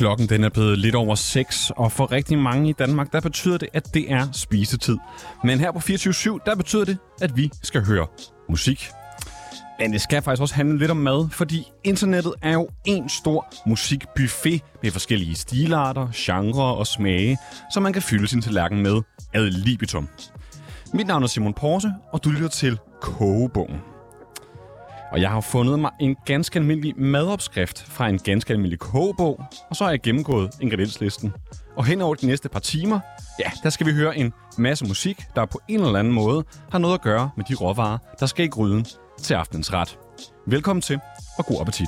Klokken den er blevet lidt over 6, og for rigtig mange i Danmark, der betyder det, at det er spisetid. Men her på 24/7, der betyder det, at vi skal høre musik. Men det skal faktisk også handle lidt om mad, fordi internettet er jo en stor musikbuffet med forskellige stilarter, genrer og smage, som man kan fylde sin tallerken med ad libitum. Mit navn er Simon Porse, og du lytter til Kogebogen. Og jeg har fundet mig en ganske almindelig madopskrift fra en ganske almindelig kogebog, og så har jeg gennemgået ingredienslisten. Og hen over de næste par timer, ja, der skal vi høre en masse musik, der på en eller anden måde har noget at gøre med de råvarer, der skal i gryden til aftenens ret. Velkommen til, og god appetit.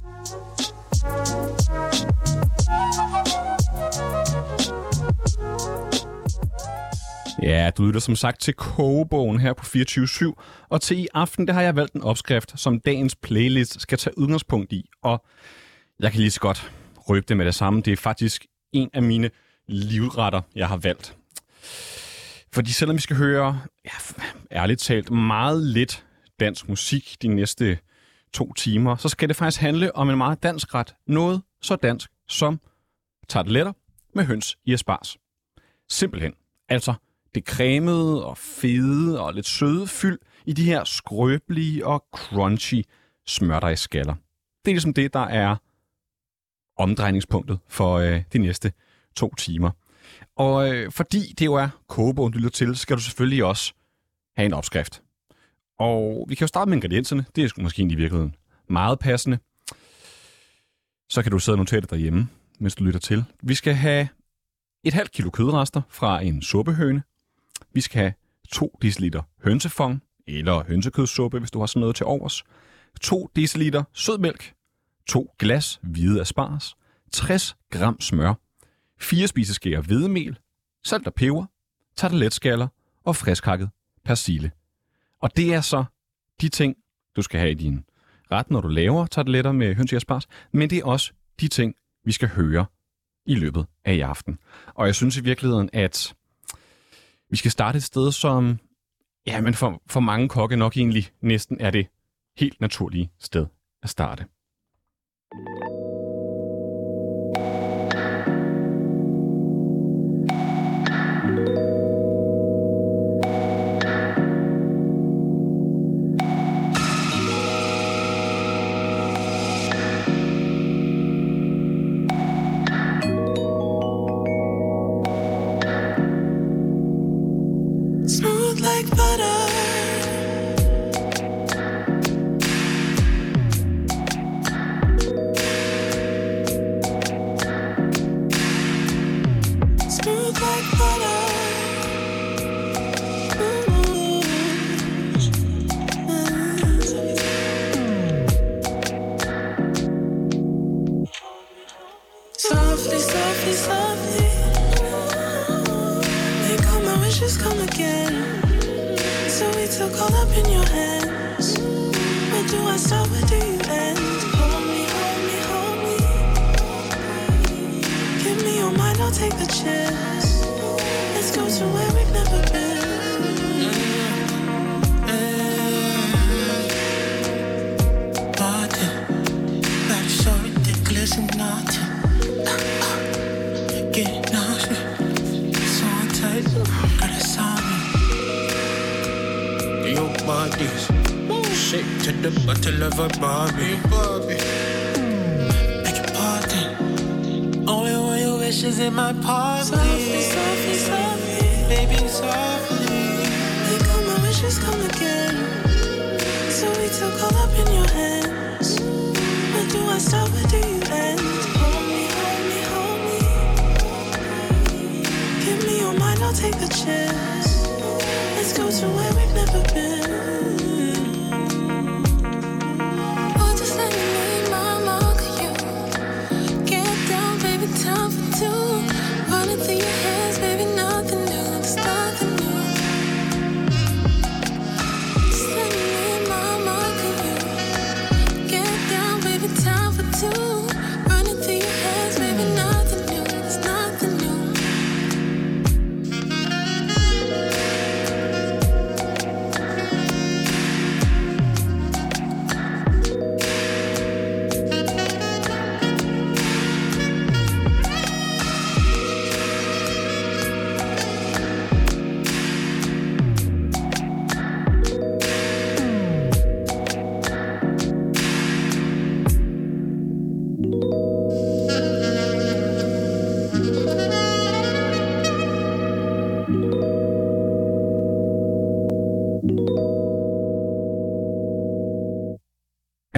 Ja, du lytter som sagt til Kogebogen her på 24/7, og til i aften, der har jeg valgt en opskrift, som dagens playlist skal tage udgangspunkt i, og jeg kan lige så godt røbe det med det samme. Det er faktisk en af mine livretter, jeg har valgt. Fordi selvom vi skal høre, ja, ærligt talt, meget lidt dansk musik de næste 2 timer, så skal det faktisk handle om en meget dansk ret. Noget så dansk som tarteletter med høns i asparges. Simpelthen. Altså det cremede og fede og lidt søde fyld i de her skrøbelige og crunchy smørdejsskaller. Det er ligesom det, der er omdrejningspunktet for de næste 2 timer. Og fordi det jo er kogebogen, du lytter til, skal du selvfølgelig også have en opskrift. Og vi kan jo starte med ingredienserne. Det er måske egentlig i virkeligheden meget passende. Så kan du sidde og notere det derhjemme, mens du lytter til. Vi skal have 1,5 kilo kødrester fra en suppehøne. Vi skal have 2 deciliter hønsefong eller hønsekødssuppe, hvis du har sådan noget til overs. 2 deciliter sødmælk. 2 glas hvide asparges. 60 gram smør. 4 spiseskeer hvedemel. Salt og peber. Tarteletskaller og friskhakket persille. Og det er så de ting, du skal have i din ret, når du laver tarteletter med høns i asparges. Men det er også de ting, vi skal høre i løbet af i aften. Og jeg synes i virkeligheden, at vi skal starte et sted, som ja, men for mange kokke nok egentlig næsten er det helt naturlige sted at starte.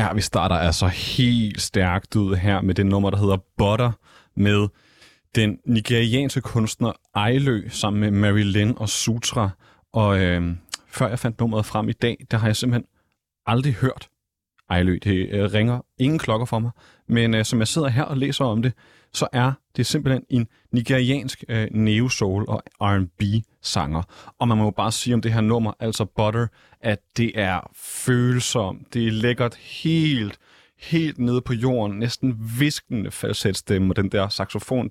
Ja, vi starter altså helt stærkt ud her med det nummer, der hedder Butter, med den nigerianske kunstner Ailø sammen med Mary Lynn og Sutra. Og før jeg fandt nummeret frem i dag, der har jeg simpelthen aldrig hørt Ailø. Det ringer ingen klokker for mig. Men som jeg sidder her og læser om det, så er det simpelthen en nigeriansk neo-soul og R&B-sanger. Og man må jo bare sige om det her nummer, altså Butter, at det er følsomt, det er lækkert helt nede på jorden, næsten viskende falsetstemme, og den der saxofon,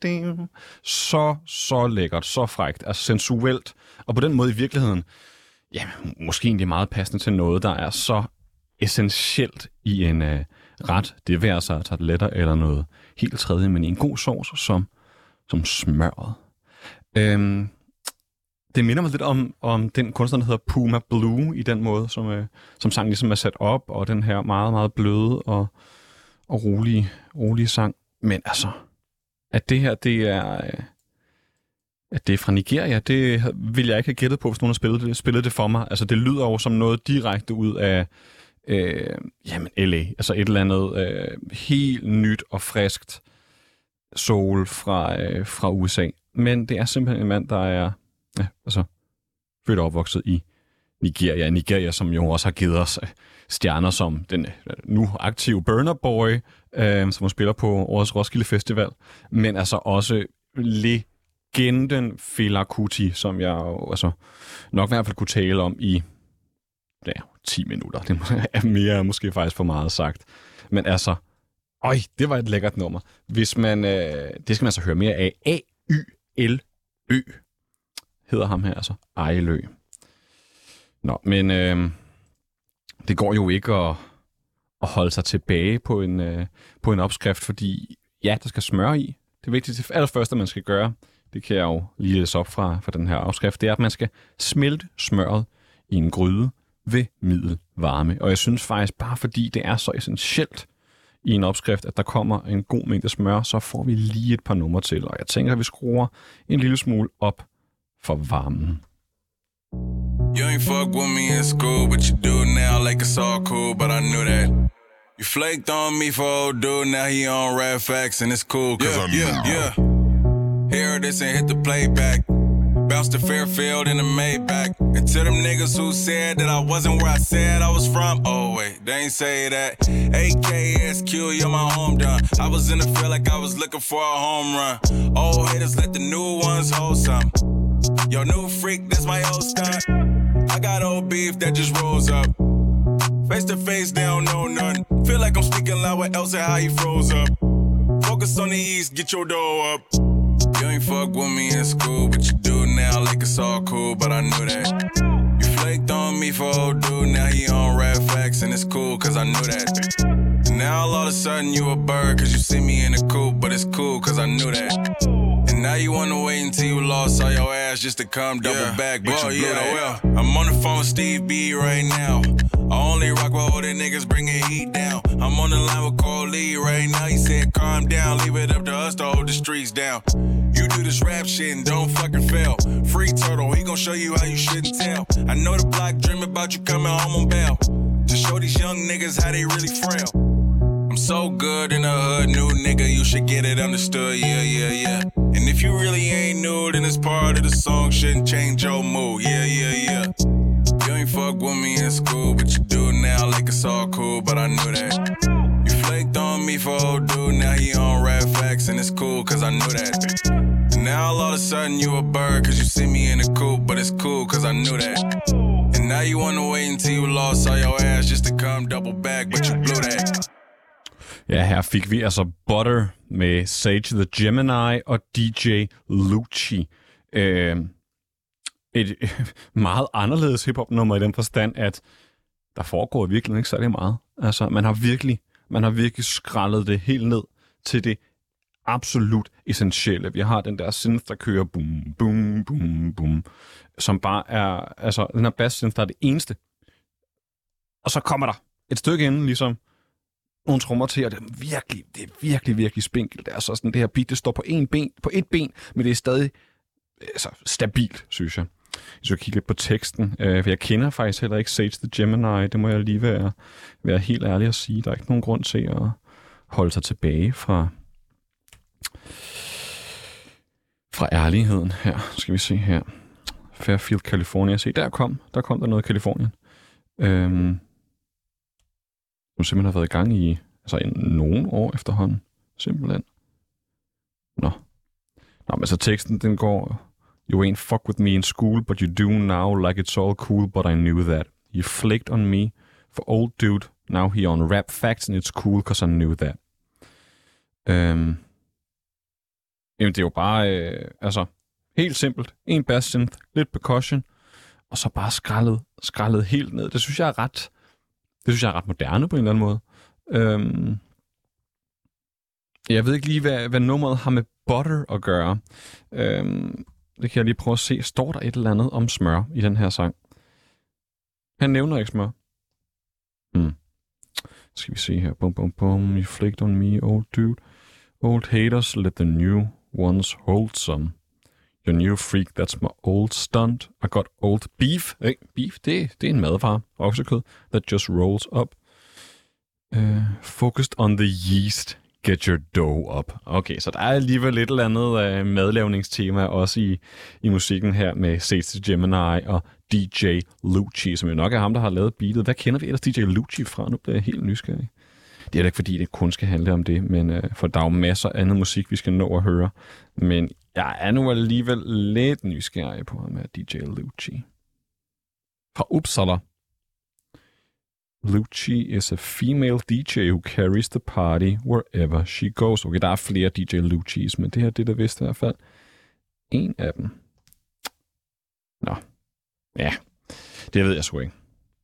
så lækkert, så frækt, altså sensuelt, og på den måde i virkeligheden, ja, måske egentlig meget passende til noget, der er så essentielt i en ret, det være sig tarteletter eller noget helt tredje, men i en god sauce som smørret. Det minder mig lidt om den kunstner, der hedder Puma Blue, i den måde, som sangen ligesom er sat op, og den her meget, meget bløde og rolige sang. Men altså, at det her, at det er fra Nigeria, det vil jeg ikke have gættet på, hvis nogen har spillet det for mig. Altså, det lyder jo som noget direkte ud af LA. Altså et eller andet helt nyt og friskt soul fra USA. Men det er simpelthen en mand, der er født og opvokset i Nigeria. Nigeria, som jo også har givet os stjerner som den nu aktive Burna Boy, som spiller på årets Roskilde Festival. Men altså også legenden Fela Kuti, som jeg jo, nok i hvert fald kunne tale om i 10 minutter. Det er mere måske faktisk for meget sagt. Men altså, det var et lækkert nummer. Hvis man, det skal man altså høre mere af. A-Y-L-Ø hedder ham her, altså Ailø. Nå, men det går jo ikke at holde sig tilbage på en opskrift, fordi ja, der skal smør i. Det vigtigste, det allerførste, man skal gøre, det kan jeg jo lige læse op fra den her opskrift, det er, at man skal smelte smøret i en gryde ved middelvarme. Og jeg synes faktisk, bare fordi det er så essentielt i en opskrift, at der kommer en god mængde smør, så får vi lige et par numre til. Og jeg tænker, at vi skruer en lille smule op for varmen. You ain't fuck with me in school, but you do now like it's all cool, but I knew that. You flaked on me for old dude, now he on Rap Facts, and it's cool, cause yeah. Hear this and hit the playback. Bounced to Fairfield in the Maybach. And to them niggas who said that I wasn't where I said I was from, oh wait, they ain't say that. AKSQ, you're my home done. I was in the field like I was looking for a home run. Old haters, let the new ones hold some. Yo, new freak, this my old stunt. I got old beef that just rolls up. Face to face, they don't know nothing. Feel like I'm speaking loud with Elsa, how he froze up. Focus on the east, get your dough up. You ain't fuck with me in school, but you do now like it's all cool, but I knew that. You flaked on me for old dude, now he on Rap Facts, and it's cool, cause I knew that. And now all of a sudden you a bird, cause you see me in the coop, but it's cool, cause I knew that. And now you wanna wait until you lost all your ass just to come double back, but you blew that. Well, I'm on the phone with Steve B right now. I only rock with older niggas bringing heat down. I'm on the line with Cole Lee right now. He said calm down, leave it up to us to hold the streets down. You do this rap shit and don't fucking fail. Free Turtle, he gon' show you how you shouldn't tell. I know the block dream about you coming home on bail. To show these young niggas how they really frail. I'm so good in the hood, new nigga, you should get it understood, yeah. And if you really ain't new, then it's part of the song, shouldn't change your mood, yeah. You ain't fuck with me in school, but you do now like it's all cool, but I knew that. You flaked on me for old dude, now he on Rap Facts, and it's cool, cause I knew that. And now all of a sudden you a bird, cause you see me in the coop, but it's cool, cause I knew that. And now you wanna wait until you lost all your ass just to come double back, but you blew that. Ja, her fik vi altså Butter med Sage the Gemini og DJ Lucci. Et meget anderledes hiphop-nummer i den forstand, at der foregår virkelig ikke særlig meget. Altså, man har virkelig skrællet det helt ned til det absolut essentielle. Vi har den der synth, der kører boom, boom, boom, boom, som bare er, altså, den her bass-synth, der er det eneste. Og så kommer der et stykke inden, ligesom nogle trommer til, og det er virkelig spinkelt. Det er så sådan, det her beat, det står på et ben, men det er stadig altså, stabilt, synes jeg. Hvis jeg kigger lidt på teksten, for jeg kender faktisk heller ikke Sage the Gemini, det må jeg lige være helt ærlig at sige. Der er ikke nogen grund til at holde sig tilbage fra ærligheden her. Skal vi se her. Fairfield, California. Se, der kom der noget i Californien. Som simpelthen har været i gang i nogle år efterhånden. Simpelthen. Nå, men så teksten, den går... You ain't fuck with me in school, but you do now, like it's all cool, but I knew that. You flaked on me for old dude, now he on rap facts, and it's cool, cause I knew that. Jamen, det er jo bare, helt simpelt. En bass synth, lidt percussion, og så bare skrællet helt ned. Det synes jeg er ret moderne på en eller anden måde. Jeg ved ikke lige, hvad nummeret har med butter at gøre. Det kan jeg lige prøve at se. Står der et eller andet om smør i den her sang? Han nævner ikke smør. Skal vi se her. Bum, bum, bum. You flaked on me, old dude. Old haters, let the new ones hold some. Your new freak, that's my old stunt. I got old beef. Hey, beef, det er en madvare. Oksekød. That just rolls up. Focused on the yeast. Get your dough up. Okay, så der er alligevel lidt eller andet madlavningstema også i musikken her med Sage the Gemini og DJ Lucci, som jo nok er ham, der har lavet beatet. Hvad kender vi ellers DJ Lucci fra? Nu bliver jeg helt nysgerrig. Det er ikke, fordi det kun skal handle om det, men for der er jo masser af andet musik, vi skal nå at høre. Men jeg er nu alligevel lidt nysgerrig på ham her, DJ Lucci. Fra Uppsala. Lucci is a female DJ who carries the party wherever she goes. Okay, der er flere DJ Luccis, men det her det er der vist i hvert fald en af dem. Nå. Ja, det ved jeg sgu ikke.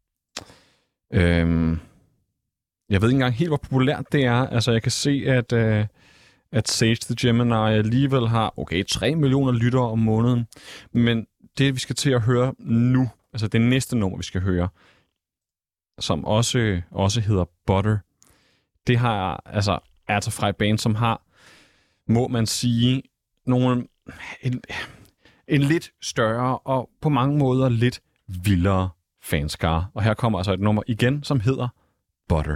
Jeg ved ikke engang helt, hvor populært det er. Altså, jeg kan se, at Sage the Gemini alligevel har, 3 millioner lyttere om måneden. Men det, vi skal til at høre nu, altså det næste nummer, vi skal høre, som også hedder Butter, det har altså fra et band, som har, må man sige, en lidt større og på mange måder lidt vildere fanskare. Og her kommer altså et nummer igen, som hedder Butter.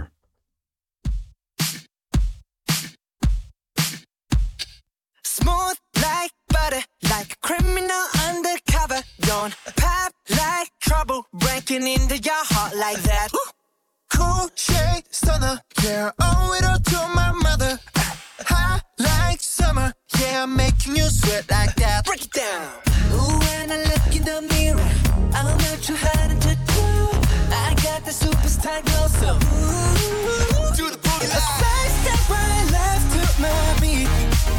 Smooth like butter, like a criminal undercover. Don't pop like trouble, breaking into your heart like that. Cool shade stunner, yeah, owe it all to my mother. Hot like summer, yeah, I'm making you sweat like that. Break it down. Ooh, when I look in the mirror, I'm not too hard to do. I got the superstar glow, so ooh, do the boogie line. A side step right left to my beat.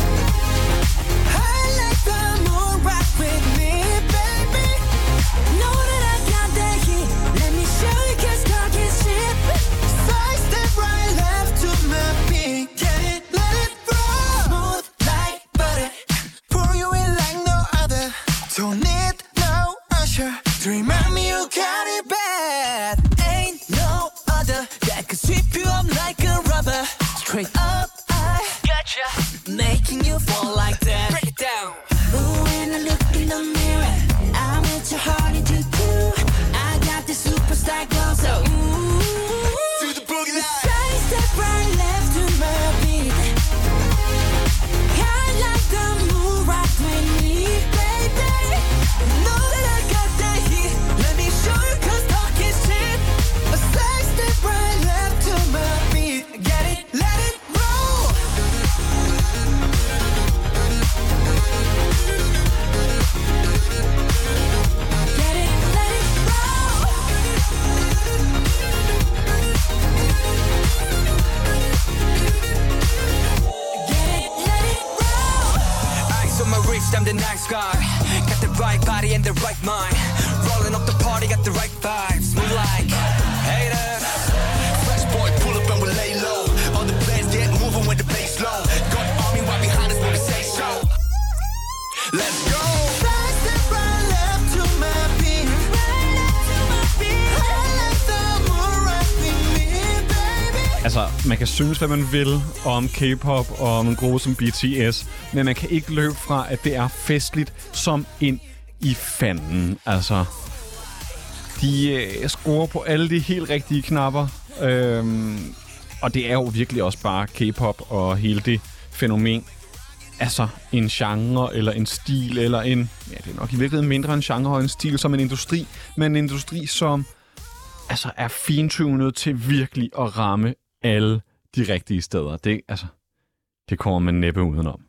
I like the moon rock with me, baby. Know that I got that heat. Let me show you, 'cause talk is shit. Side step right left to my beat. Get it, let it roll. Smooth like butter. Pour you in like no other. Don't need no usher to remind me you got it bad. Ain't no other that can sweep you up like a rubber. Straight up, I gotcha, making you fall like that. Break it down. Ooh, when I look in the mirror, I'm at your heart into two. I got the superstar glow, so ooh, do the boogie line. Side step right left to my beat. I like the moon rock with me, baby. Know that I got that heat. Let me show you, 'cause talk is shit. A side step right left to my beat. Get it, let it roll. Get it, let it roll. Get it, let it roll. Eyes on my wrist, I'm the nice guy. Got the right body and the right mind. Rolling up the party, got the right vibes. Move like haters. Fresh boy, pull up and we lay low. All the players get moving with the bass low. Got the army right behind us when we say so. Let's go. Side step right left to my beat. Right left to my beat. I like the moon rock with me, baby. Altså, man kan synes, hvad man vil om K-pop og om en gruppe som BTS, men man kan ikke løbe fra, at det er festligt som en i fanden. Altså, de skruer på alle de helt rigtige knapper. Og det er jo virkelig også bare K-pop og hele det fænomen. Altså en genre eller en stil eller en... Ja, det er nok i virkeligheden mindre en genre og en stil som en industri. Men en industri, som altså er fintunet til virkelig at ramme alle de rigtige steder. Det kommer man næppe udenom.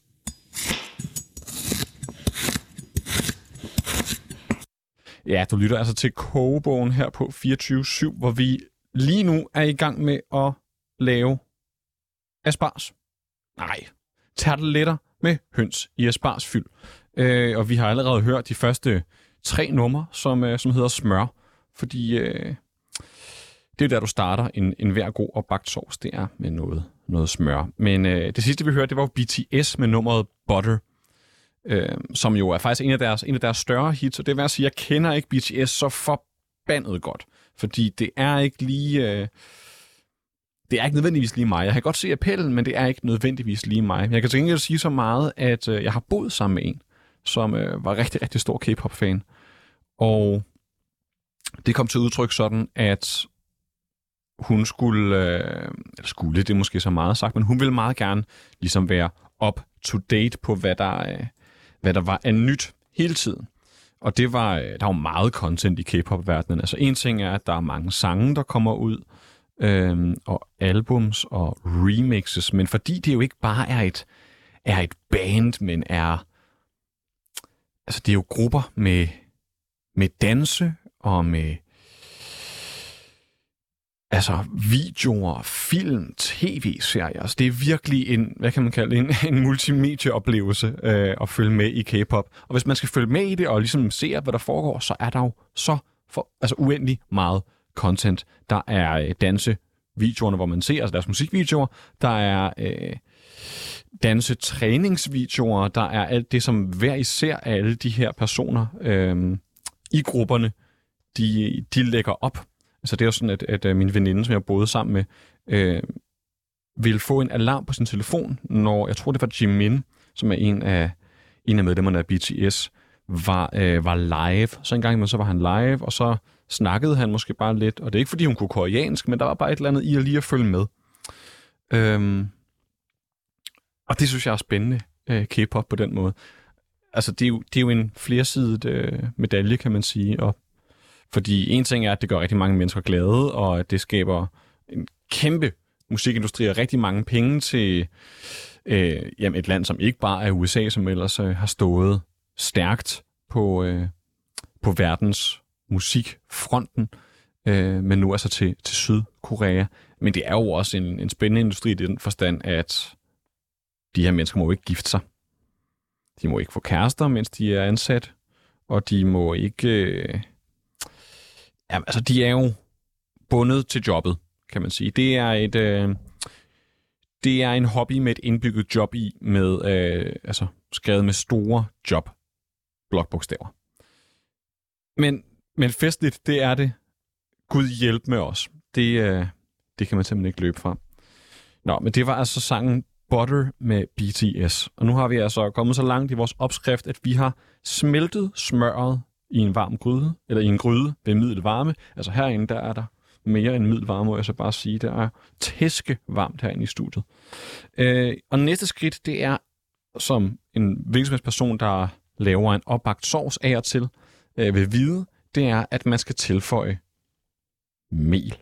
Ja, du lytter altså til Kogebogen her på 24/7, hvor vi lige nu er i gang med at lave asparges. Nej, tarteletter med høns i aspargesfyld. Og vi har allerede hørt de første 3 numre, som hedder smør. Fordi det er der, du starter en hver god og bagt sovs. Det er med noget smør. Men det sidste, vi hørte, det var BTS med nummeret Butter. Som jo er faktisk en af deres større hits. Og det vil jeg sige, jeg kender ikke BTS så forbandet godt. Fordi det er ikke lige... Det er ikke nødvendigvis lige mig. Jeg kan godt se appellen, men det er ikke nødvendigvis lige mig. Jeg kan til gengæld sige så meget, at jeg har boet sammen med en, som var rigtig, rigtig stor K-pop-fan. Og det kom til udtryk sådan, at hun skulle, det er måske så meget sagt, men hun ville meget gerne ligesom være up to date på, hvad der var af nyt hele tiden. Og der var meget content i K-pop-verdenen. Altså en ting er, at der er mange sange, der kommer ud, og albums og remixes, men fordi det jo ikke bare er et band, men det er jo grupper med danse og med videoer, film, tv-serier. Altså, det er virkelig en multimedieoplevelse at følge med i K-pop. Og hvis man skal følge med i det og ligesom se, hvad der foregår, så er der jo uendelig meget content. Der er dansevideoerne, hvor man ser altså deres musikvideoer. Der er dansetræningsvideoer. Der er alt det, som hver især af alle de her personer i grupperne, de lægger op. Altså det er jo sådan, at min veninde, som jeg boede sammen med, ville få en alarm på sin telefon, når, jeg tror det var Jimin, som er en af medlemmerne af BTS, var live. Så en gang imellem så var han live, og så snakkede han måske bare lidt. Og det er ikke, fordi hun kunne koreansk, men der var bare et eller andet i at lige at følge med. Og det synes jeg er spændende, K-pop på den måde. Altså det er jo en flersidet medalje, kan man sige, og fordi en ting er, at det gør rigtig mange mennesker glade, og at det skaber en kæmpe musikindustri og rigtig mange penge til et land, som ikke bare er USA, som ellers har stået stærkt på verdens musikfronten, men nu altså til Sydkorea. Men det er jo også en spændende industri i den forstand, at de her mennesker må jo ikke gifte sig. De må ikke få kærester, mens de er ansat, og de må ikke... de er jo bundet til jobbet, kan man sige. Det er en hobby med et indbygget job i, med skrevet med store job-blokbogstaver. Men festligt, det er det. Gud hjælp med os. Det kan man simpelthen ikke løbe fra. Nå, men det var altså sangen Butter med BTS. Og nu har vi altså kommet så langt i vores opskrift, at vi har smeltet smøret i en varm gryde, eller i en gryde ved middelvarme. Altså herinde, der er der mere end middelvarme, må jeg så bare sige. Der er tæske varmt herinde i studiet. Og næste skridt, det er, som en virksomhedsperson, der laver en opbagt sovs af og til, vil vide, det er, at man skal tilføje mel.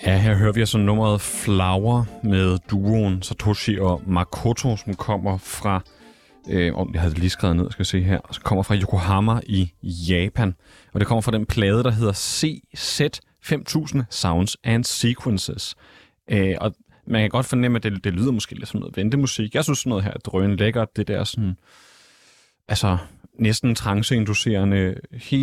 Ja, her hører vi altså nummeret Flower med duoen Satoshi og Makoto, som kommer fra, jeg havde lige skrevet ned, skal jeg se her, som kommer fra Yokohama i Japan. Og det kommer fra den plade, der hedder CZ5000 Sounds and Sequences. Og man kan godt fornemme, at det lyder måske lidt som noget ventemusik. Jeg synes sådan noget her er drøn lækkert. Det der sådan, altså næsten tranceinducerende,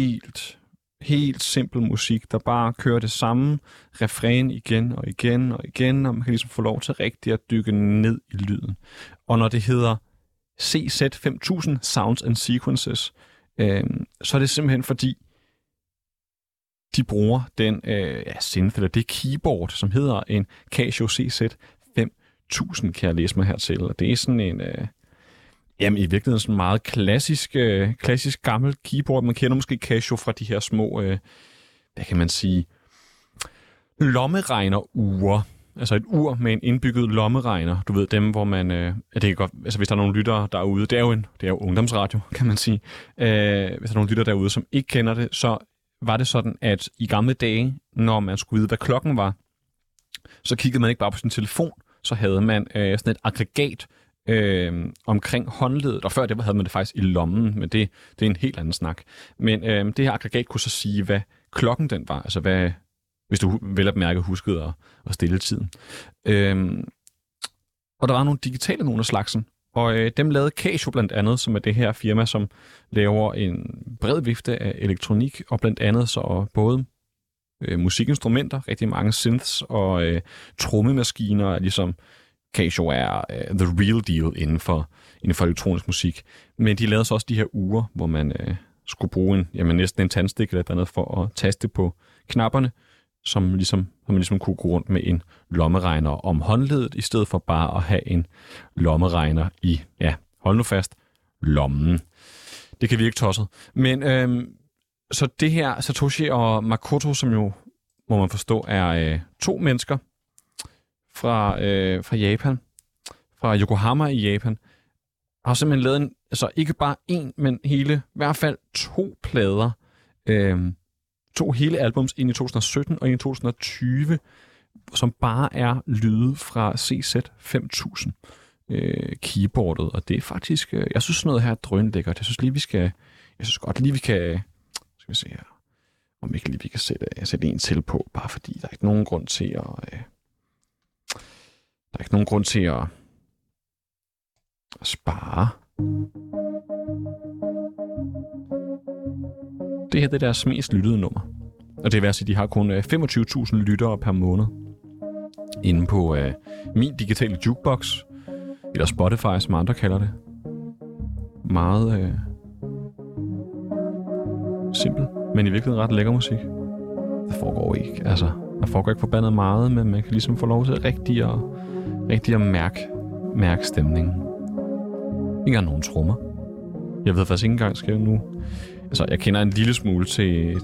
helt simpel musik, der bare kører det samme refræn igen og igen og igen, og man kan ligesom få lov til rigtigt at dykke ned i lyden. Og når det hedder CZ5000 Sounds and Sequences, så er det simpelthen fordi, de bruger den synth, eller det keyboard, som hedder en Casio CZ5000, kan jeg læse mig hertil. Og det er sådan en, i virkeligheden sådan en meget klassisk gammel keyboard. Man kender måske Casio fra de her små, hvad kan man sige, lommeregner-ure. Altså et ur med en indbygget lommeregner. Du ved dem, hvor man... det kan godt, altså hvis der er nogle lyttere derude... Det er jo ungdomsradio, kan man sige. Hvis der er nogle lyttere derude, som ikke kender det, så var det sådan, at i gamle dage, når man skulle vide, hvad klokken var, så kiggede man ikke bare på sin telefon, så havde man sådan et aggregat omkring håndledet, og før det havde man det faktisk i lommen, men det er en helt anden snak. Men det her aggregat kunne så sige, hvad klokken den var, altså hvad, hvis du vel at mærke huskede at stille tiden. Og der var nogle digitale nogle af slagsen, og dem lavede Casio blandt andet, som er det her firma, som laver en bred vifte af elektronik, og blandt andet så både musikinstrumenter, rigtig mange synths og trommemaskiner, ligesom Casio er the real deal inden for elektronisk musik. Men de lavede så også de her ure, hvor man skulle bruge næsten en tandstik eller et andet for at taste på knapperne, som man ligesom kunne gå rundt med en lommeregner om håndledet, i stedet for bare at have en lommeregner i, hold nu fast, lommen. Det kan virke tosset. Men så det her, Satoshi og Makoto, som jo, må man forstå, er to mennesker fra Japan, fra Yokohama i Japan, har simpelthen lavet ikke bare én, men i hvert fald 2 plader, 2 hele albums ind i 2017 og ind i 2020, som bare er lyde fra CZ5000 keyboardet, og det er faktisk, jeg synes noget her er drønlækkert. Jeg synes godt lige vi kan, skal vi se her, om ikke lige vi kan sætte en til på, bare fordi der er ikke nogen grund til at spare. Det her det er deres mest lyttede nummer. Og det vil sige, at de har kun 25.000 lyttere per måned inde på min digitale jukebox, eller Spotify, som andre kalder det. Meget simpel, men i virkeligheden ret lækker musik. Det foregår ikke, der foregår ikke forbandet meget, men man kan ligesom få lov til rigtig at mærke stemningen. Ikke engang nogen trommer. Jeg ved faktisk ikke engang, skal jeg nu... jeg kender en lille smule til...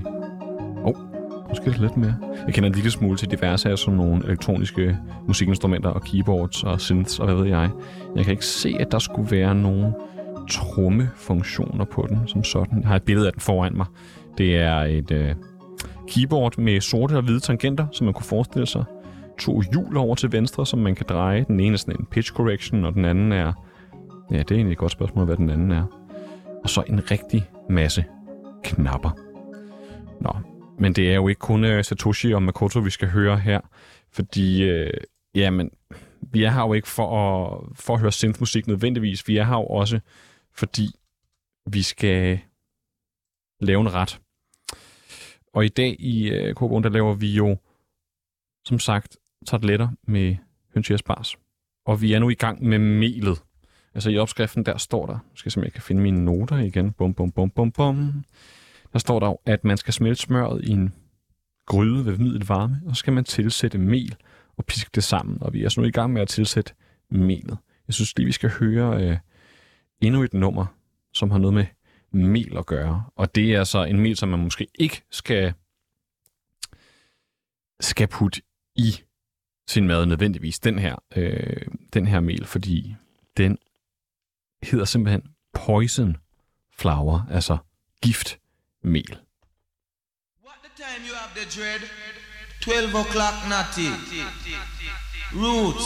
måske lidt mere. Jeg kender en lille smule til diverse af sådan nogle elektroniske musikinstrumenter og keyboards og synths og hvad ved jeg. Jeg kan ikke se, at der skulle være nogen trommefunktioner på den som sådan. Jeg har et billede af den foran mig. Det er et keyboard med sorte og hvide tangenter, som man kunne forestille sig. 2 hjul over til venstre, som man kan dreje. Den ene er sådan en pitch correction, og den anden er... Ja, det er egentlig et godt spørgsmål, hvad den anden er. Og så en rigtig masse knapper. Nå, men det er jo ikke kun Satoshi og Makoto, vi skal høre her. Fordi, vi er her jo ikke for at høre synthmusik nødvendigvis. Vi er her jo også, fordi vi skal lave en ret. Og i dag i Kobogen, der laver vi jo, som sagt, tarteletter med høns og asparges. Og vi er nu i gang med melet. Altså i opskriften, der står der, skal jeg se, om jeg kan finde mine noter igen. Bum, bum, bum, bum, bum. Der står der, at man skal smelte smøret i en gryde ved middelvarme, og så skal man tilsætte mel og piske det sammen. Og vi er altså nu i gang med at tilsætte melet. Jeg synes lige, vi skal høre endnu et nummer, som har noget med mel at gøre. Og det er altså en mel, som man måske ikke skal putte i sin mad nødvendigvis. Den her mel, fordi den hedder simpelthen poison flour, altså giftmel. What the time you have the dread? 12 o'clock natty. Roots.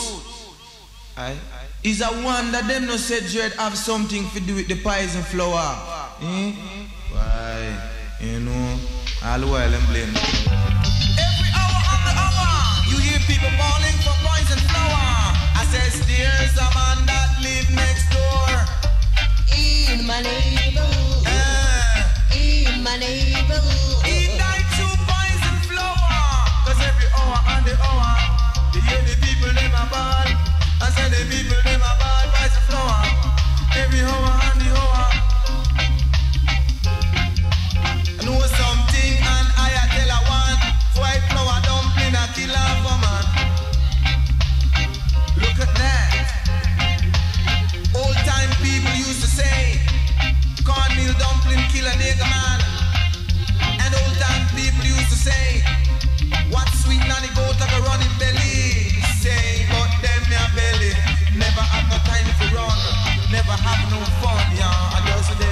Is a wonder them no said Dread have something to do with the poison flower. Why? You know, all the while I'm blame. Every hour of the hour, you hear people calling for poison flower. I says there's a man that live next door. In my neighborhood. In my neighborhood. He died to poison flower. Cause every hour and the hour, you hear the people them a ball. I said the people them a ball poison flower. Every hour and the hour. I know something and I tell a one. White flower dumpling a killer for man. Look at that. Old time people used to say cornmeal dumpling kill a nigga man. And old time people used to say what sweet nanny goat like a running belly. Say but them your belly never have no time to run. Never have no fun, yeah. I just say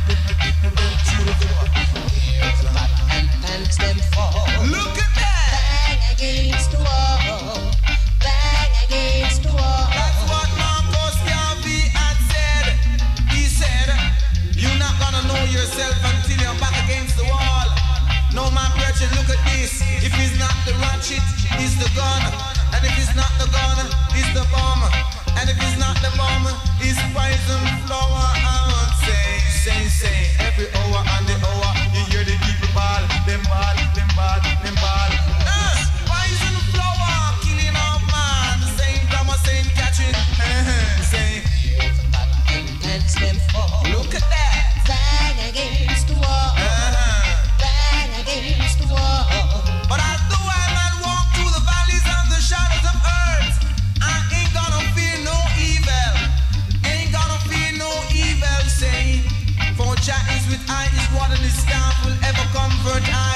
Pants them fall. look at that. Bang against the wall. Bang against the wall. That's what Marcus Garvey had said. He said, you're not gonna know yourself until you're back against the wall. No, my brethren, look at this. If it's not the ratchet, it's the gun. And if it's not the gun, it's the bomb. And if it's not the bomb, it's poison flower. I would say. Every hour and the hour, you hear the people ball. Them ball, them ball, them ball. Poison flower, killing off man. Same drama, same catching. Say, Pants them fall. look at that. Bang against the wall. Bang against the wall. But as though I man walk through the valleys and the shadows of earth, I ain't gonna fear no evil. Ain't gonna fear no evil, say. For Jah is with I, his word and his staff will ever comfort I.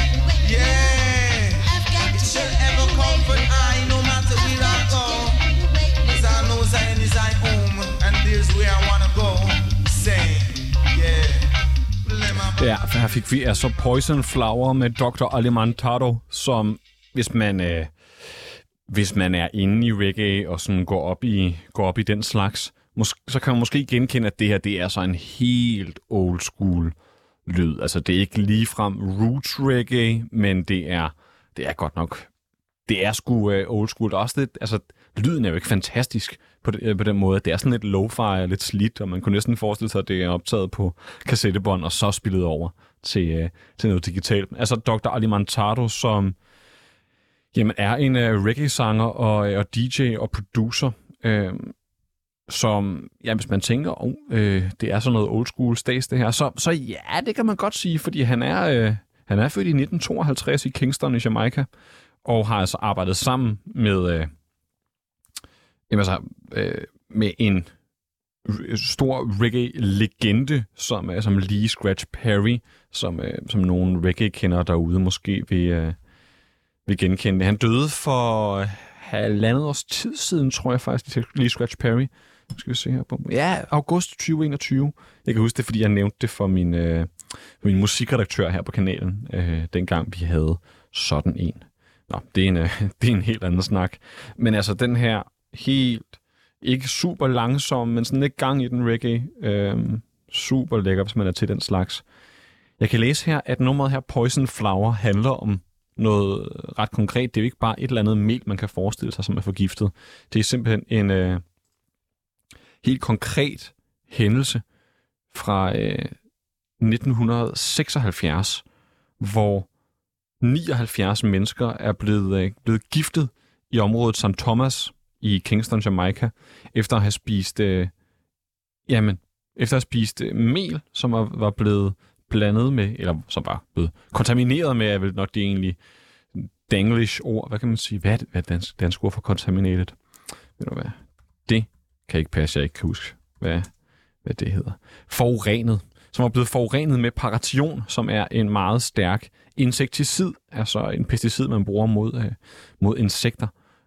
Yeah, I've got it to shall get ever away comfort from I, no matter I've where I got go. to get away. Cause I know Zion is I home, and there's where I wanna go. Say, yeah. Let my Ja, her fik vi altså Poison Flower med Dr. Alimantado, som hvis man er inde i reggae og sådan går op i den slags, så kan man måske genkende, at det her det er så en helt old school lyd. Altså det er ikke ligefrem roots reggae, men det er godt nok. Det er sgu old school. Også lidt, altså lyden er jo ikke fantastisk på den måde. Det er sådan lidt lo-fi og lidt slidt, og man kunne næsten forestille sig, at det er optaget på kassettebånd og så spillet over til noget digitalt. Altså Dr. Alimantado, som er en reggae-sanger og DJ og producer, som, hvis man tænker, det er sådan noget old school stads det her, så ja, det kan man godt sige, fordi han er født i 1952 i Kingston i Jamaica, og har altså arbejdet sammen med med en stor reggae-legende, som Lee Scratch Perry, som nogle reggae-kendere derude måske vil genkende. Han døde for 1,5 års tid siden, tror jeg faktisk, Lee Scratch Perry. Skal vi se her på. Ja, august 2021. Jeg kan huske det, fordi jeg nævnte det for min musikredaktør her på kanalen, dengang vi havde sådan en. Nå, det er en helt anden snak. Men altså, den her helt, ikke super langsom, men sådan lidt gang i den reggae. Super lækker, hvis man er til den slags. Jeg kan læse her, at nummeret her, Poison Flower, handler om noget ret konkret. Det er jo ikke bare et eller andet mel, man kan forestille sig, som er forgiftet. Det er simpelthen en helt konkret hændelse fra 1976, hvor 79 mennesker er blevet giftet i området St. Thomas i Kingston, Jamaica, efter at have spist mel, som var blevet blandet med, eller som var blevet kontamineret med, er vel nok det egentlig danglish ord. Hvad kan man sige? Hvad er dansk ord for contaminated? Ved du hvad? Det kan ikke passe, jeg ikke kan huske, hvad det hedder. Forurenet. Som er blevet forurenet med paration, som er en meget stærk insekticid, altså en pesticid, man bruger mod insekter.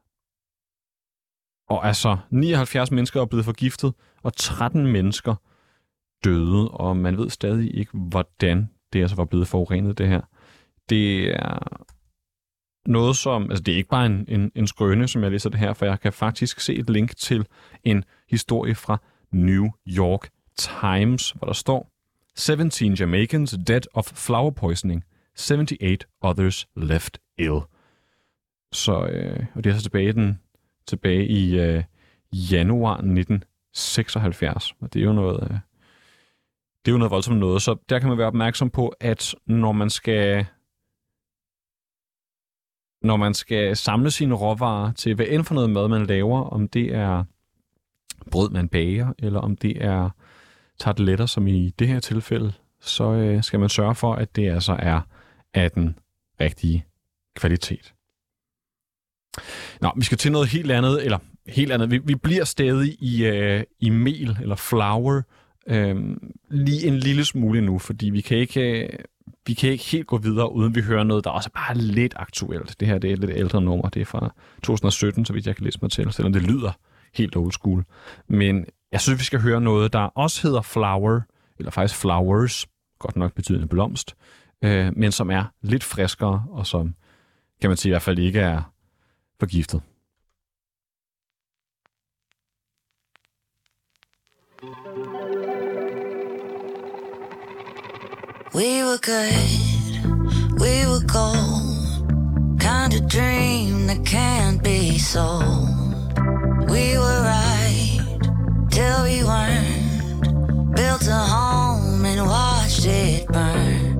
Og altså 79 mennesker er blevet forgiftet, og 13 mennesker døde, og man ved stadig ikke, hvordan det altså var blevet forurenet, det her. Det er noget som... Altså, det er ikke bare en skrøne, som jeg læser det her, for jeg kan faktisk se et link til en historie fra New York Times, hvor der står 17 Jamaicans dead of flower poisoning. 78 others left ill. Så, og det er så tilbage i januar 1976. Og det er jo noget... Det er jo noget voldsomt noget, så der kan man være opmærksom på, at når man skal samle sine råvarer til hvad end for noget mad, man laver, om det er brød, man bager, eller om det er tarteletter, som i det her tilfælde, så skal man sørge for, at det altså er af den rigtige kvalitet. Nå, vi skal til noget helt andet. Vi bliver stadig i mel eller flour, lige en lille smule nu, fordi vi kan ikke helt gå videre, uden vi hører noget, der også er bare lidt aktuelt. Det her det er et lidt ældre nummer. Det er fra 2017, så vidt jeg kan læse mig til, selvom det lyder helt old school. Men jeg synes, vi skal høre noget, der også hedder flower, eller faktisk flowers, godt nok betydende blomst, men som er lidt friskere, og som, kan man sige, i hvert fald ikke er forgiftet. We were good, we were gold, kind of dream that can't be sold. We were right till we weren't, built a home and watched it burn.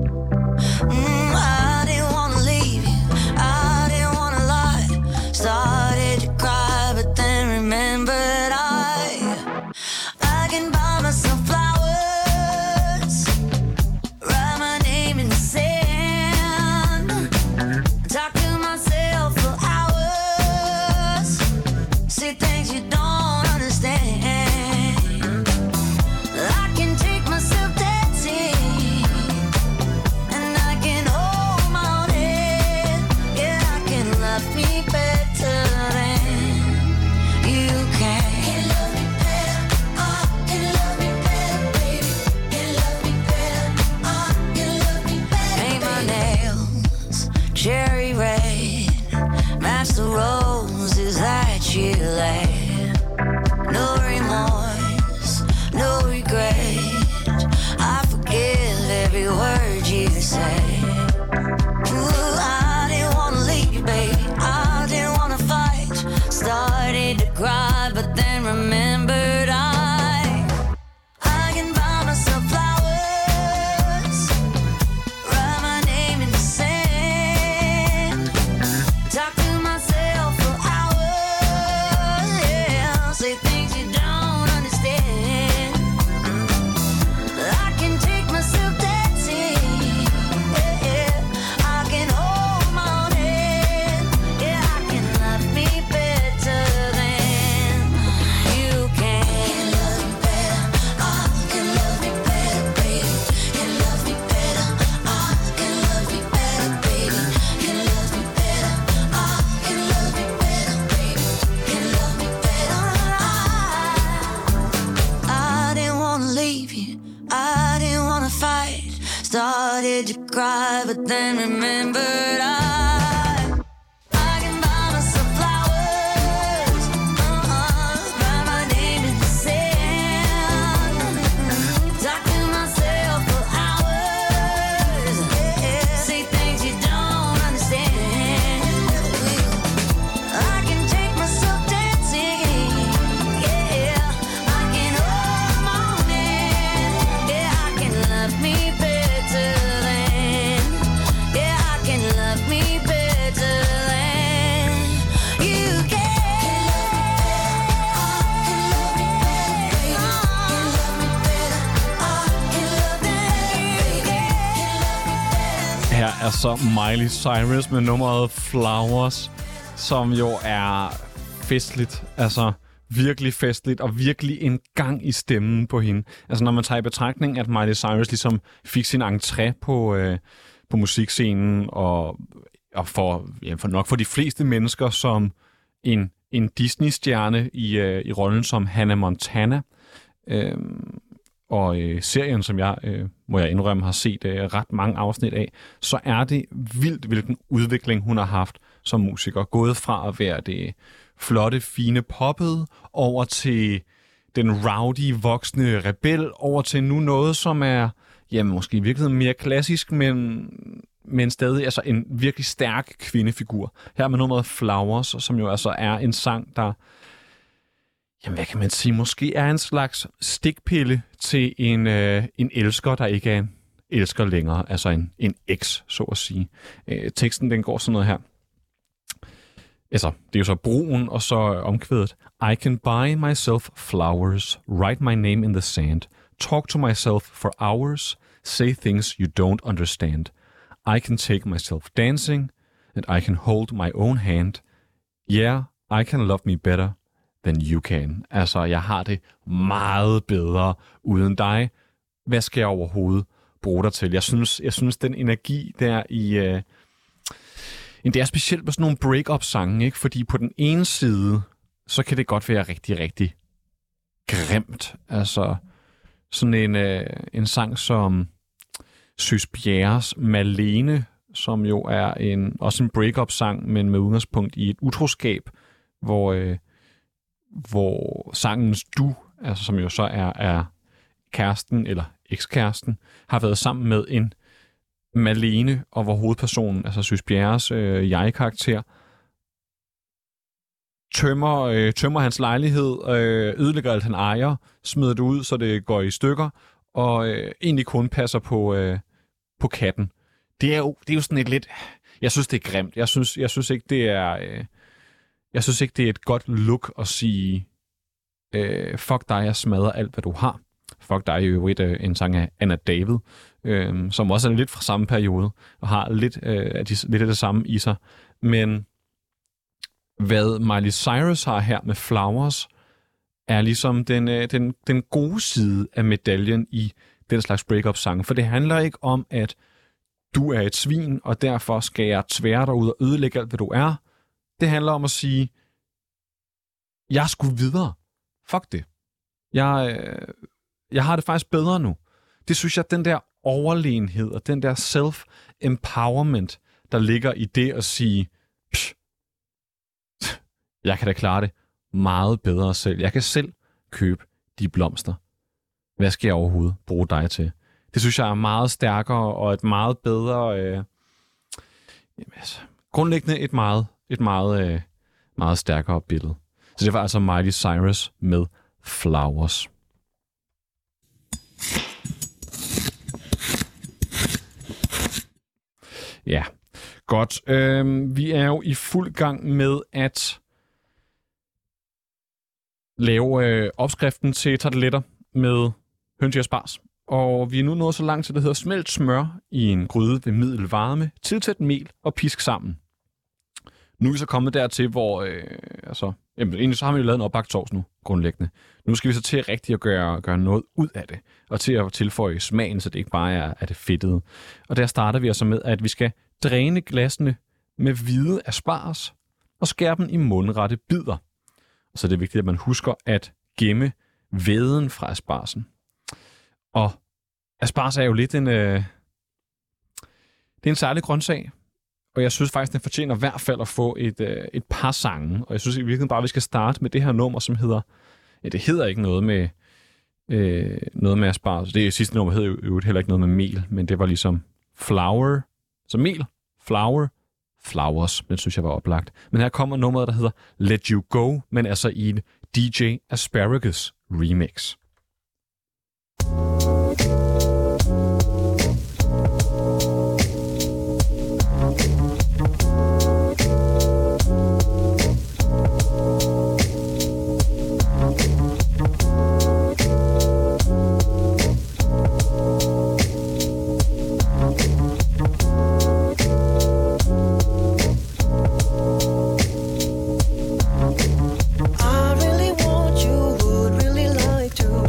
I didn't want to leave you, I didn't want to lie, started to cry but then remembered I can buy myself flowers. The roses that you laid, no remorse, no regret. I forgive every word you say. Ooh, I didn't want to leave, baby. I didn't want to fight. Started to cry, but then remembered I can buy myself flowers, write my name in the sand, talk to started to cry, but then remembered I can buy myself flowers, write my name in the sand, talk to myself for hours, say things you don't understand. I can take myself dancing, yeah, I can hold my own hand, yeah, I can love me better. Her er så Miley Cyrus med nummeret Flowers, som jo er festligt. Altså virkelig festligt, og virkelig en gang i stemmen på hende. Altså når man tager i betragtning, at Miley Cyrus ligesom fik sin entré på musikscenen, og for nok for de fleste mennesker som en Disney-stjerne i rollen som Hannah Montana. og serien, som jeg, må jeg indrømme, har set ret mange afsnit af, så er det vildt, hvilken udvikling hun har haft som musiker. Gået fra at være det flotte, fine poppet, over til den rowdy, voksne rebel, over til nu noget, som er måske i virkeligheden mere klassisk, men stadig altså en virkelig stærk kvindefigur. Her med nummeret Flowers, som jo altså er en sang, der, hvad kan man sige, måske er en slags stikpille til en elsker, der ikke er en elsker længere, altså en eks, så at sige. Teksten, den går sådan noget her. Altså, det er jo så broen, og så omkvædet. I can buy myself flowers, write my name in the sand, talk to myself for hours, say things you don't understand. I can take myself dancing, and I can hold my own hand. Yeah, I can love me better than you can. Altså, jeg har det meget bedre uden dig. Hvad skal jeg overhovedet bruge dig til? Jeg synes den energi der i... det er specielt med sådan nogle break-up-sange, ikke? Fordi på den ene side, så kan det godt være rigtig, rigtig grimt. Altså, sådan en sang som Sys Bjerres Malene, som jo er også en break-up-sang, men med udgangspunkt i et utroskab, hvor sangens du, altså som jo så er kæresten eller ekskæresten, har været sammen med en Malene, og hvor hovedpersonen, altså Sys Bjerres jeg-karakter, tømmer hans lejlighed, ødelægger alt han ejer, smider det ud, så det går i stykker, og egentlig kun passer på katten. Det er jo sådan et lidt... Jeg synes, det er grimt. Jeg synes ikke, det er... Jeg synes ikke, det er et godt look at sige, fuck dig, jeg smadrer alt, hvad du har. Fuck dig er jo en sang af Anna David, som også er lidt fra samme periode, og har lidt af det samme i sig. Men hvad Miley Cyrus har her med Flowers, er ligesom den gode side af medaljen i den slags break-up-sange. For det handler ikke om, at du er et svin, og derfor skal jeg tvære dig ud og ødelægge alt, hvad du er. Det handler om at sige, jeg skulle videre. Fuck det. Jeg har det faktisk bedre nu. Det synes jeg, den der overlegenhed og den der self-empowerment, der ligger i det at sige, jeg kan da klare det meget bedre selv. Jeg kan selv købe de blomster. Hvad skal jeg overhovedet bruge dig til? Det synes jeg er meget stærkere og et meget bedre... grundlæggende et meget stærkere billede. Så det var altså Miley Cyrus med Flowers. Ja, godt. Vi er jo i fuld gang med at lave opskriften til tarteletter med høns og spars. Og vi er nu nået så langt til, det hedder smelt smør i en gryde ved middelvarme, tilsæt mel og pisk sammen. Nu er vi så kommet dertil, hvor egentlig så har vi jo lavet en opbagt sovs nu, grundlæggende. Nu skal vi så til rigtig at gøre noget ud af det, og til at tilføje smagen, så det ikke bare er det fedtede. Og der starter vi altså med, at vi skal dræne glassene med hvide asparges og skære dem i mundrette bidder. Og så er det vigtigt, at man husker at gemme væden fra aspargesen. Og asparges er jo lidt det er en særlig grøntsag. Og jeg synes faktisk, den fortjener i hvert fald at få et par sange. Og jeg synes i virkeligheden bare, at vi skal starte med det her nummer, som hedder... Ja, det hedder ikke noget med asparges. Det sidste nummer hedder jo heller ikke noget med mel, men det var ligesom flour. Så mel, flour, flowers. Den synes jeg var oplagt. Men her kommer nummeret, der hedder Let You Go, men altså i en DJ Asparagus remix. I really want you, would really like to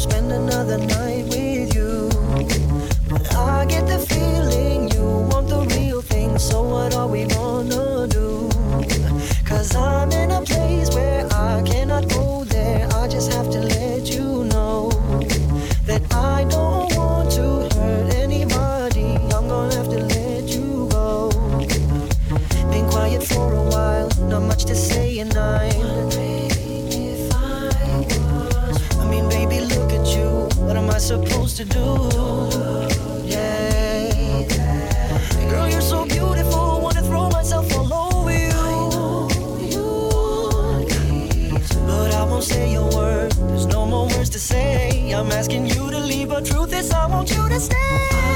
to do. Yeah. Girl, you're so beautiful, wanna throw myself all over you. But I won't say your word, there's no more words to say. I'm asking you to leave, but truth is I want you to stay.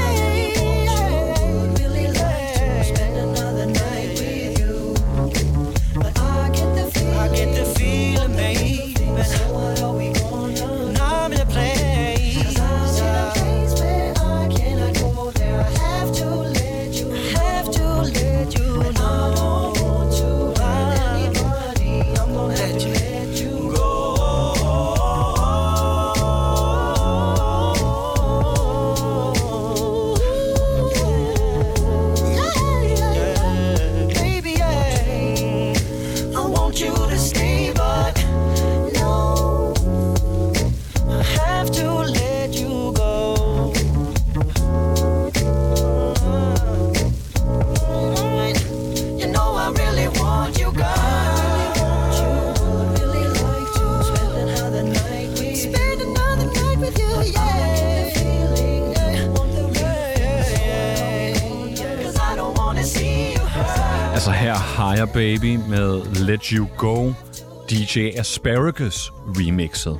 Altså her Higher Baby med Let You Go, DJ Asparagus remixet.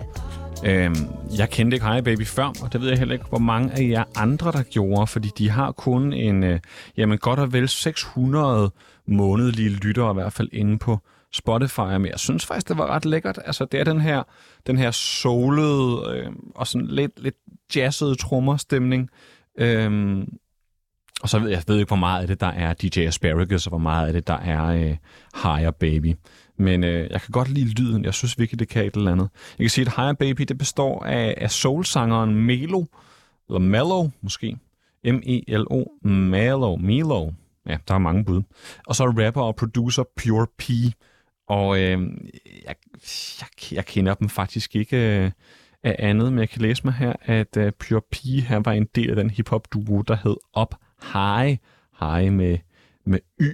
Jeg kendte ikke Higher Baby før, og det ved jeg heller ikke, hvor mange af jer andre, der gjorde, fordi de har kun en, godt og vel 600 månedlige lyttere, i hvert fald inde på Spotify. Men jeg synes faktisk, det var ret lækkert. Altså det er den her soulede og sådan lidt jazzede trommerstemning. Og så ved jeg ikke, hvor meget af det, der er DJ Asparagus, og hvor meget af det, der er Higher Baby. Men jeg kan godt lide lyden. Jeg synes virkelig, det kan et eller andet. Jeg kan sige, at Higher Baby, det består af soulsangeren Melo, eller Mellow måske. M-E-L-O, Melo. Ja, der er mange bud. Og så rapper og producer Pure P. Og jeg kender dem faktisk ikke af andet, men jeg kan læse mig her, at Pure P her var en del af den hip-hop-duo, der hed Up High. High med Y.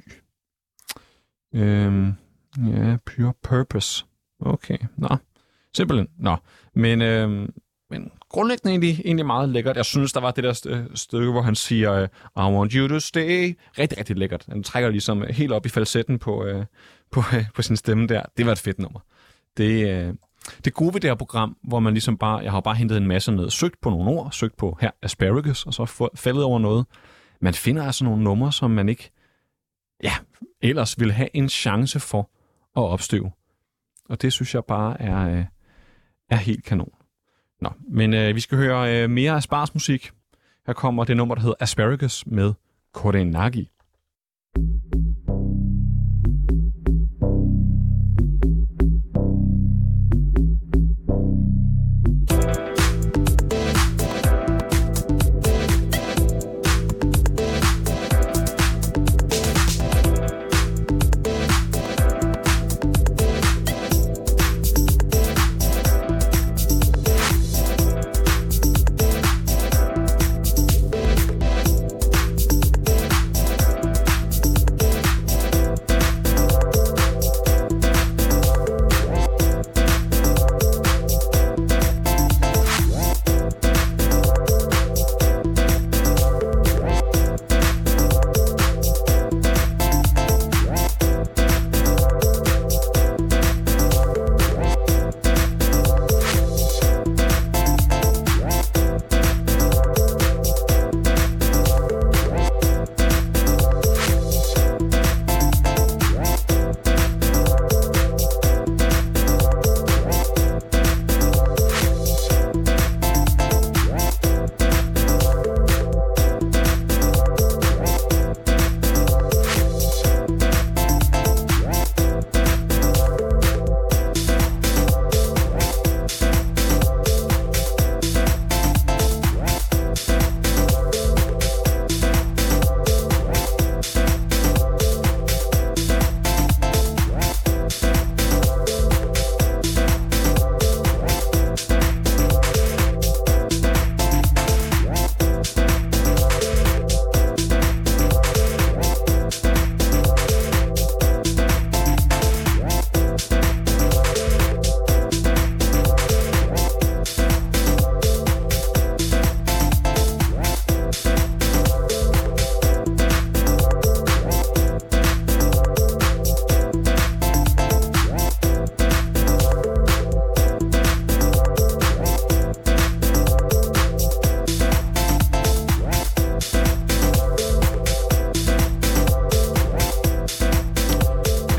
Ja, Pure Purpose. Okay, nå. Simpelthen, nå. Men grundlæggende egentlig meget lækkert. Jeg synes, der var det der stykke, hvor han siger, I want you to stay. Rigtig, rigtig lækkert. Han trækker ligesom helt op i falsetten på sin stemme der. Det var et fedt nummer. Det gode ved det her program, hvor man ligesom jeg har bare hentet en masse ned, søgt på nogle ord, søgt på her Asparagus, og så faldet over noget. Man finder altså nogle numre, som man ikke ellers ville have en chance for at opstøve. Og det synes jeg bare er helt kanon. Nå, men vi skal høre mere Aspars-musik. Her kommer det nummer, der hedder Asparagus med Korenagi.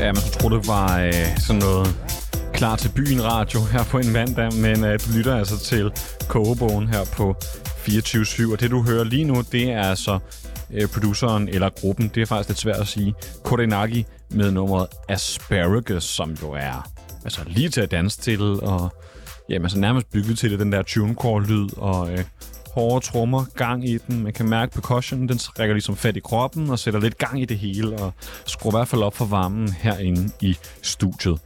Ja, man skulle tro, det var sådan noget klar til byen radio her på en mandag, men du lytter altså til Kogebogen her på 24/7, og det du hører lige nu, det er altså produceren eller gruppen, det er faktisk lidt svært at sige, Korenagi med nummeret Asparagus, som jo er altså lige til at danse til, og jamen, altså nærmest bygget til det, den der tunecore-lyd, og hårde trommer, gang i den. Man kan mærke percussion, den rækker ligesom fat i kroppen og sætter lidt gang i det hele, og skruer i hvert fald op for varmen herinde i studiet.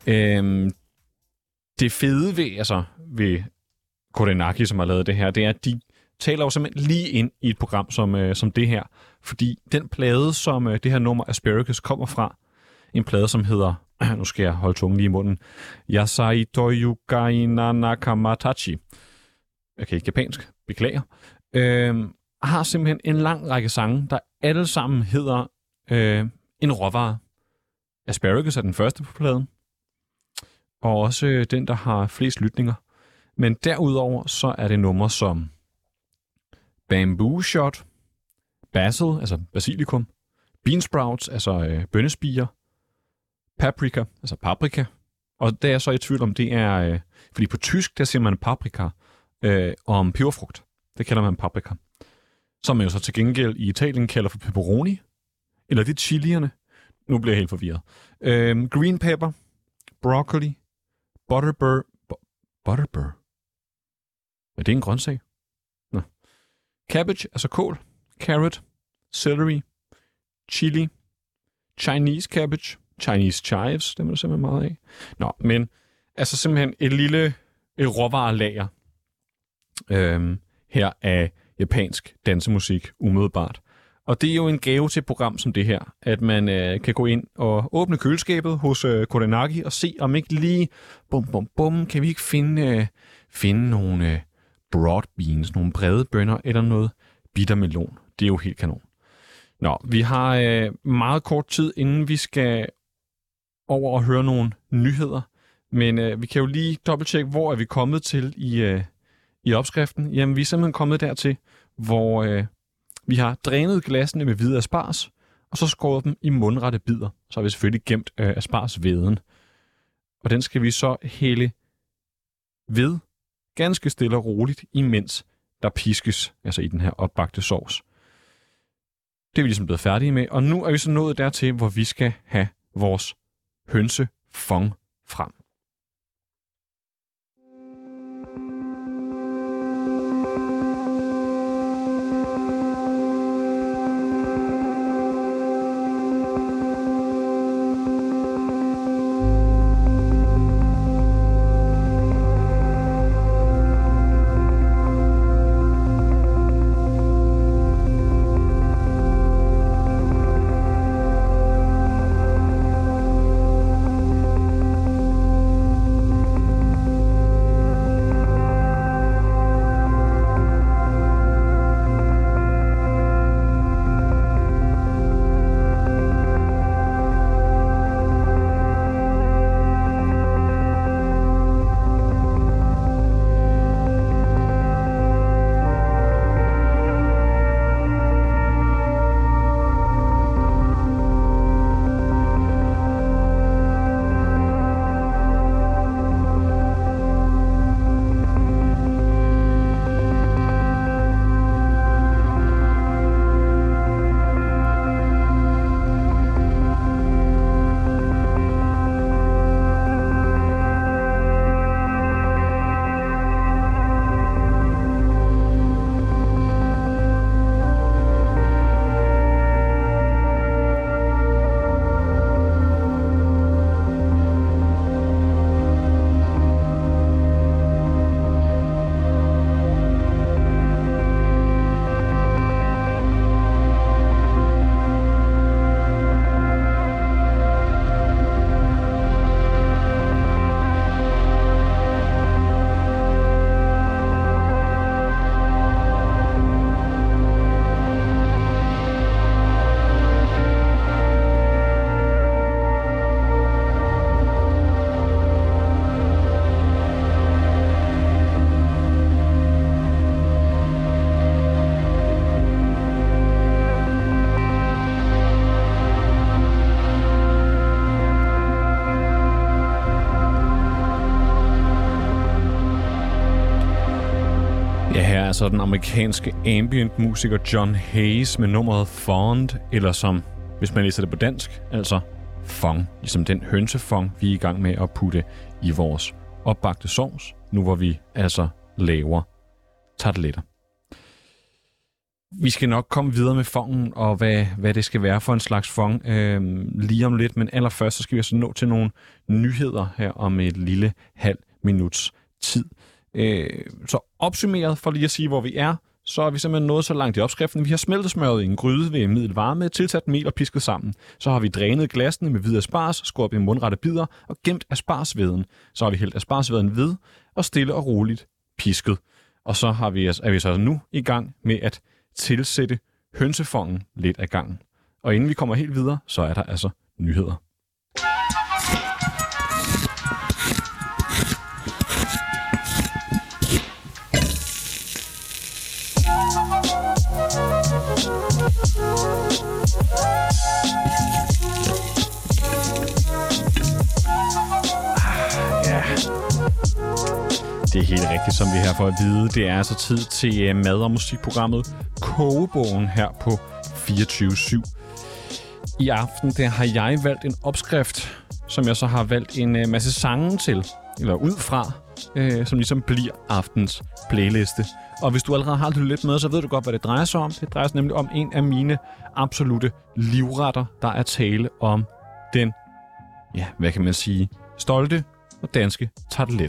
Det fede ved Korenagi, som har lavet det her, det er, at de taler jo simpelthen lige ind i et program som det her. Fordi den plade, som det her nummer Asparagus kommer fra, en plade, som hedder, nu skal jeg holde tungen lige i munden, Yasai Toyukai Nanakamatachi. Jeg kan ikke japansk, beklager. Har simpelthen en lang række sange, der alle sammen hedder en råvare. Asparagus er den første på pladen, og også den, der har flest lytninger. Men derudover så er det numre som Bamboo Shot, Basil, altså basilikum, Bean Sprouts, altså bønnespiger, Paprika, altså paprika. Og der er jeg så i tvivl om, det er, fordi på tysk, der siger man paprika om peberfrugt. Det kalder man paprika. Som man jo så til gengæld i Italien kalder for pepperoni, eller det er chilierne. Nu bliver jeg helt forvirret. Green pepper, broccoli, butterbur. Er det en grøntsag? Nå. Cabbage, altså kål, carrot, celery, chili, Chinese cabbage, Chinese chives, det må du simpelthen meget af. Nå, men altså simpelthen et lille råvarelager her af japansk dansemusik umiddelbart. Og det er jo en gave til et program som det her, at man kan gå ind og åbne køleskabet hos Korenagi og se, om ikke lige, kan vi ikke finde nogle broad beans, nogle brede bønner eller noget bittermelon. Det er jo helt kanon. Nå, vi har meget kort tid, inden vi skal over og høre nogle nyheder. Men vi kan jo lige dobbelttjekke, hvor er vi kommet til i opskriften. Jamen, vi er simpelthen kommet dertil, hvor vi har drænet glassene med hvide asparges, og så skåret dem i mundrette bidder. Så har vi selvfølgelig gemt aspargesvæden. Og den skal vi så hælde ved ganske stille og roligt, imens der piskes, altså i den her opbagte sovs. Det er vi ligesom blevet færdige med, og nu er vi så nået dertil, hvor vi skal have vores hønsefong frem. altså den amerikanske ambient-musiker John Hayes med nummeret Fond, eller som, hvis man læser det på dansk, altså fong, ligesom den hønsefong, vi er i gang med at putte i vores opbagte sovs, nu hvor vi altså laver tarteletter. Vi skal nok komme videre med fongen, og hvad det skal være for en slags fong lige om lidt, men allerførst så skal vi altså nå til nogle nyheder her om et lille halv minuts tid. Så opsummeret for lige at sige, hvor vi er, så er vi simpelthen nået så langt i opskriften. Vi har smeltet smøret i en gryde ved middelvarme, tilsat mel og pisket sammen. Så har vi drænet glassene med hvid asparges, skåret i mundrette bidder og gemt aspargesvæden. Så har vi hældt aspargesvæden ved og stille og roligt pisket. Og så er vi så nu i gang med at tilsætte hønsefongen lidt af gangen. Og inden vi kommer helt videre, så er der altså nyheder. Det er helt rigtigt, som vi her får at vide. Det er altså tid til mad- og musikprogrammet Kogebogen her på 24/7. I aften der har jeg valgt en opskrift, som jeg så har valgt en masse sange til, eller ud fra, som ligesom bliver aftens playliste. Og hvis du allerede har lyttet lidt med, så ved du godt, hvad det drejer sig om. Det drejer sig nemlig om en af mine absolute livretter. Der er tale om den, ja, hvad kan man sige, stolte og danske tartelet.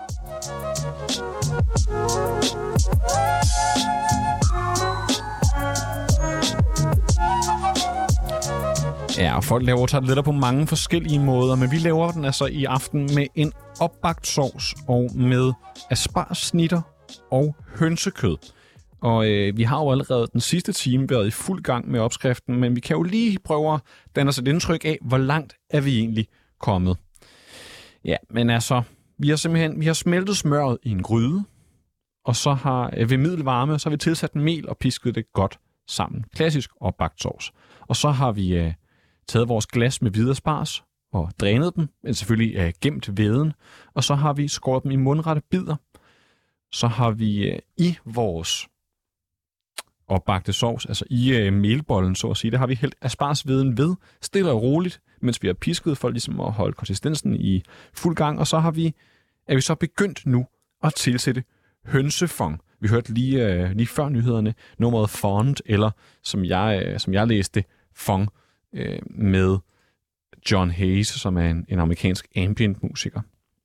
Ja, og folk laver tarteletter på mange forskellige måder, men vi laver den altså i aften med en opbagt sovs og med aspargesnitter og hønsekød. Og vi har jo allerede den sidste time været i fuld gang med opskriften, men vi kan jo lige prøve at danne os et indtryk af, hvor langt er vi egentlig kommet. Ja, men altså, vi har smeltet smøret i en gryde, og så har ved middelvarme, så har vi tilsat mel og pisket det godt sammen. Klassisk opbagt sovs. Og så har vi taget vores glas med hvide asparges og drænet dem, men selvfølgelig gemt væden. Og så har vi skåret dem i mundrette bidder. Så har vi i vores opbagte sovs, altså i melbollen, så at sige, der har vi hældt aspargesveden ved, stille og roligt, mens vi har pisket for ligesom at holde konsistensen i fuld gang. Og så er vi så begyndt nu at tilsætte hønsefong. Vi hørte lige før nyhederne nummeret Fond, eller som jeg læste, Fong, med John Hayes, som er en amerikansk ambient-musiker.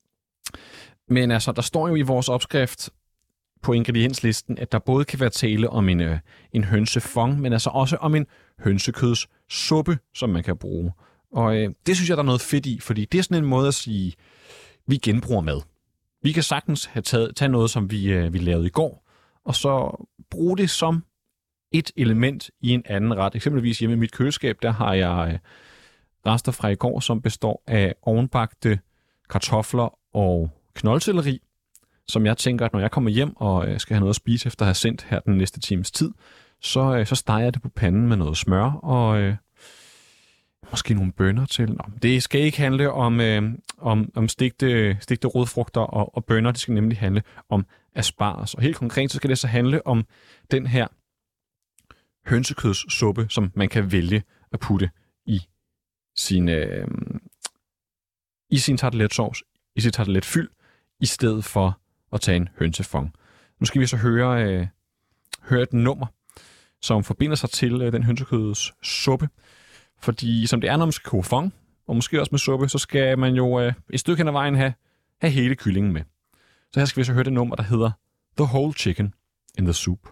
Men altså, der står jo i vores opskrift på ingredienslisten, at der både kan være tale om en hønsefong, men altså også om en hønsekødssuppe, som man kan bruge. Og det synes jeg, der er noget fedt i, fordi det er sådan en måde at sige, vi genbruger mad. Vi kan sagtens tage noget, som vi lavede i går, og så bruge det som et element i en anden ret. Eksempelvis hjemme i mit køleskab, der har jeg rester fra i går, som består af ovenbagte kartofler og knoldselleri, som jeg tænker, at når jeg kommer hjem og skal have noget at spise efter at have sendt her den næste times tid, så steger jeg det på panden med noget smør og måske nogle bønner til. Nå, det skal ikke handle om stegte rodfrugter og bønner. Det skal nemlig handle om asparges. Og helt konkret så skal det så handle om den her hønsekødssuppe, som man kan vælge at putte i sin tarteletsovs, i sit tarteletfyld, i stedet for at tage en hønsefong. Nu skal vi så høre et nummer, som forbinder sig til den hønsekødssuppe. Fordi som det er, når man skal koge fong, og måske også med suppe, så skal man jo et stykke hen ad vejen have hele kyllingen med. Så her skal vi så høre det nummer, der hedder The Whole Chicken in the Soup.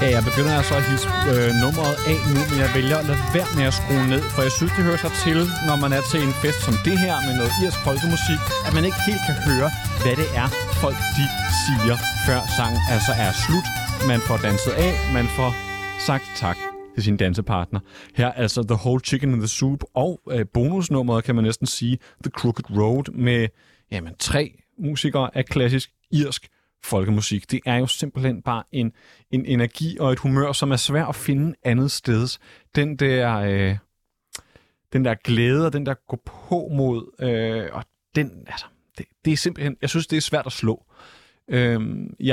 jeg begynder altså at hisse nummeret af nu, men jeg vælger at lade være med at skrue ned, for jeg synes, det hører sig til, når man er til en fest som det her med noget irsk folkemusik, at man ikke helt kan høre, hvad det er, folk de siger, før sangen altså er slut. Man får danset af, man får sagt tak til sin dansepartner. Her altså The Whole Chicken in the Soup og bonusnummeret, kan man næsten sige, The Crooked Road med 3 musikere af klassisk irsk folkemusik. Det er jo simpelthen bare en energi og et humør, som er svært at finde andet sted. Den der glæde og den der gå på mod, og den, altså, det er simpelthen, jeg synes, det er svært at slå. Jeg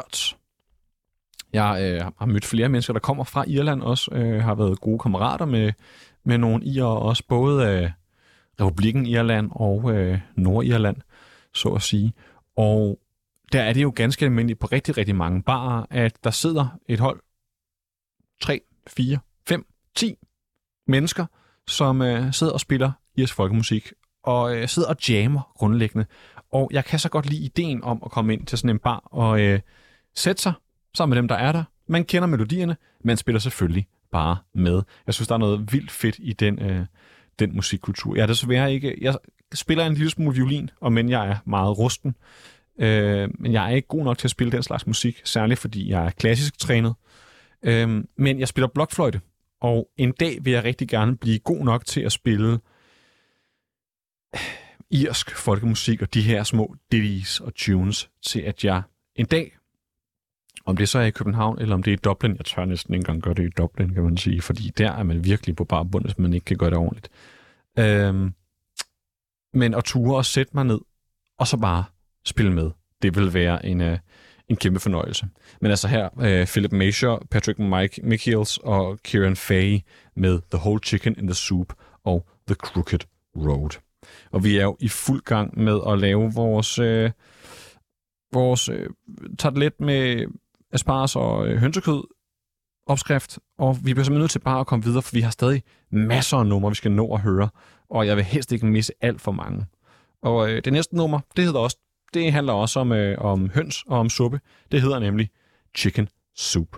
har mødt flere mennesker, der kommer fra Irland også, har været gode kammerater med nogle irer også, både Republikken Irland og Nordirland, så at sige. Og der er det jo ganske almindeligt på rigtig, rigtig mange barer, at der sidder et hold, 3, 4, 5, 10 mennesker, som sidder og spiller irsk folkemusik, og sidder og jammer grundlæggende. Og jeg kan så godt lide ideen om at komme ind til sådan en bar og sætte sig sammen med dem, der er der. Man kender melodierne, man spiller selvfølgelig bare med. Jeg synes, der er noget vildt fedt i den musikkultur. Jeg er desværre ikke... Jeg spiller en lille smule violin, og men jeg er meget rusten. Men jeg er ikke god nok til at spille den slags musik, særligt fordi jeg er klassisk trænet. Men jeg spiller blokfløjte, og en dag vil jeg rigtig gerne blive god nok til at spille irsk folkemusik og de her små ditties og tunes, til at jeg en dag, om det så er i København, eller om det er i Dublin, jeg tør næsten ikke engang gøre det i Dublin, kan man sige, fordi der er man virkelig på bare bund, hvis man ikke kan gøre det ordentligt. Men at ture og sætte mig ned, og så bare spille med, det vil være en kæmpe fornøjelse. Men altså her, Philip Masher, Patrick Michaels og Kieran Fay med The Whole Chicken in the Soup og The Crooked Road. Og vi er jo i fuld gang med at lave vores tartelet med asparges og hønsekød opskrift, og vi bliver simpelthen nødt til bare at komme videre, for vi har stadig masser af numre, vi skal nå at høre, og jeg vil helst ikke misse alt for mange. Og det næste nummer, det handler også om høns og om suppe. Det hedder nemlig Chicken Soup.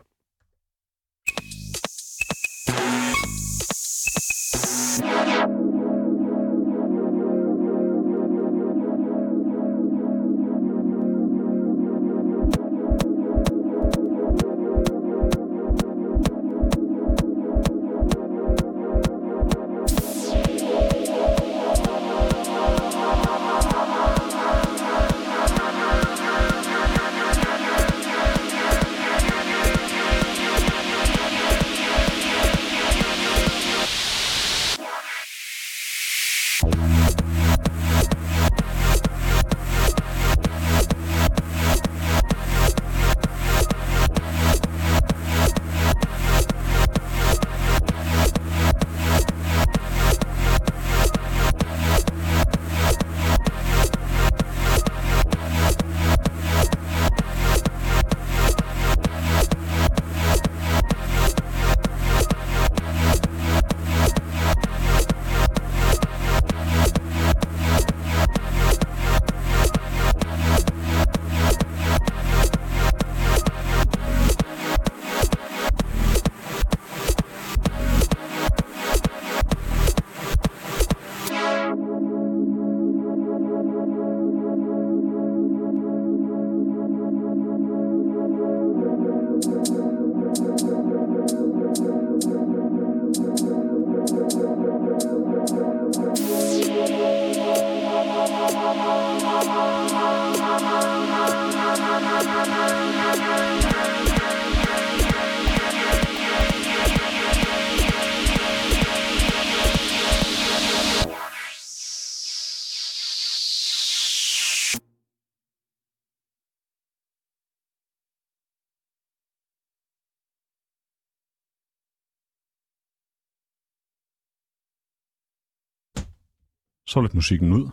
Så lidt musikken ud.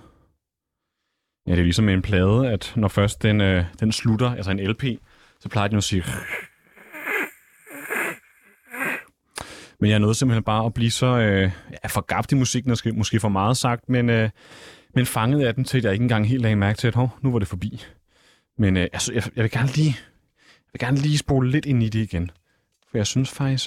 Ja, det er ligesom med en plade, at når først den slutter, altså en LP, så plejer den at sige... Men jeg nåede simpelthen bare at blive så forgabt i musikken, måske for meget sagt, men fanget af den til, at jeg ikke engang helt lagde mærke til, at nu var det forbi. Men jeg vil gerne lige spole lidt ind i det igen. For jeg synes faktisk,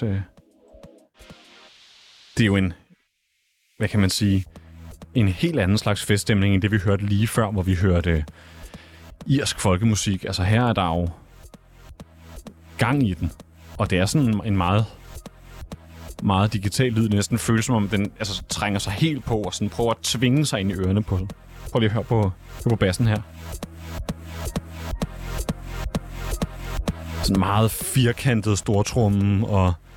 det er jo en, hvad kan man sige, en helt anden slags feststemning, end det vi hørte lige før, hvor vi hørte irsk folkemusik. Altså her er der jo gang i den, og det er sådan en meget, meget digital lyd. Det næsten føles som om den altså, trænger sig helt på og sådan prøver at tvinge sig ind i ørerne på. Prøv lige at høre på bassen her. Sådan meget firkantet stortrumme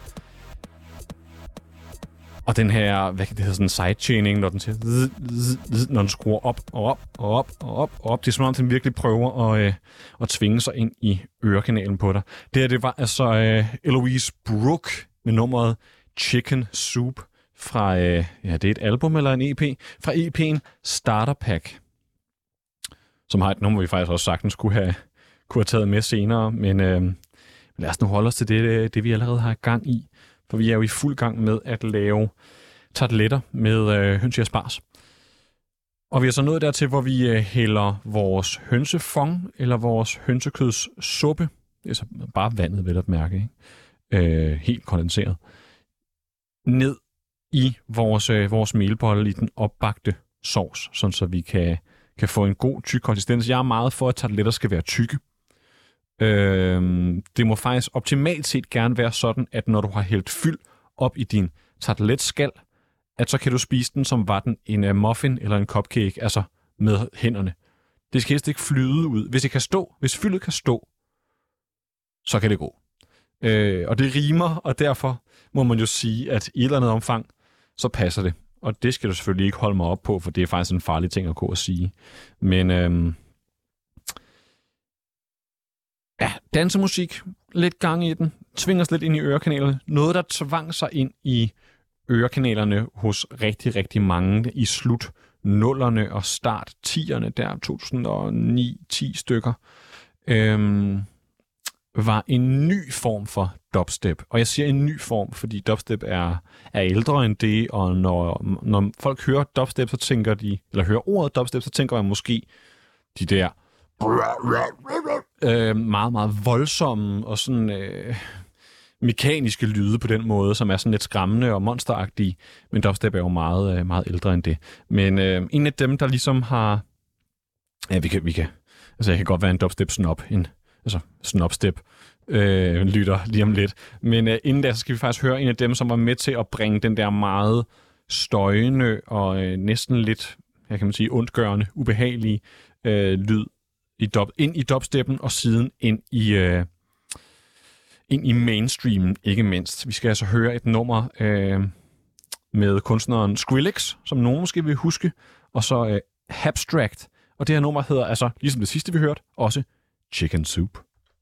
og den her, hvad kan det hedde, sådan sidechaining, når den siger, når den skruer op og op og op og op og op. Det er som om, den virkelig prøver at tvinge sig ind i ørekanalen på dig. Det var altså Eloise Brooke med nummeret Chicken Soup fra, det er et album eller en EP, fra EP'en Starter Pack, som har et nummer, vi faktisk også sagtens kunne have taget med senere, men lad os nu holde os til det vi allerede har gang i. For vi er jo i fuld gang med at lave tarteletter med høns i asparges. Og vi er så nået dertil, hvor vi hælder vores hønsefong eller vores hønsekødssuppe, det er så bare vandet, vel at mærke, ikke? Helt kondenseret, ned i vores melbolle i den opbagte sovs, sådan så vi kan få en god tyk konsistens. Jeg er meget for, at tarteletter skal være tykke. Det må faktisk optimalt set gerne være sådan, at når du har hældt fyld op i din tarteletskal, at så kan du spise den, som var den en muffin eller en cupcake, altså med hænderne. Det skal helst ikke flyde ud. Hvis fyldet kan stå, så kan det gå. Og det rimer, og derfor må man jo sige, at i et eller andet omfang, så passer det. Og det skal du selvfølgelig ikke holde mig op på, for det er faktisk en farlig ting at gå og sige. Men ja, dansemusik, lidt gang i den, tvinger os lidt ind i ørekanalerne. Noget, der tvang sig ind i ørekanalerne hos rigtig, rigtig mange i slut 0'erne og start 10'erne, der 2009-10 stykker, var en ny form for dubstep. Og jeg siger en ny form, fordi dubstep er ældre end det, og når folk hører dubstep, så tænker de, eller hører ordet dubstep, så tænker man måske de der meget, meget voldsomme og sådan mekaniske lyde på den måde, som er sådan lidt skræmmende og monsteragtige, men dubstep er jo meget, meget ældre end det. Men en af dem, der ligesom har... Ja, vi kan altså, jeg kan godt være en dubstep-snop, snopstep lytter lige om lidt. Men inden da, så skal vi faktisk høre en af dem, som var med til at bringe den der meget støjende og næsten lidt, jeg kan man sige, ondgørende, ubehagelige lyd ind i dubsteppen, og siden ind i mainstreamen, ikke mindst. Vi skal altså høre et nummer med kunstneren Skrillex, som nogen måske vil huske, og så Abstract. Og det her nummer hedder altså, ligesom det sidste vi hørte, også Chicken Soup.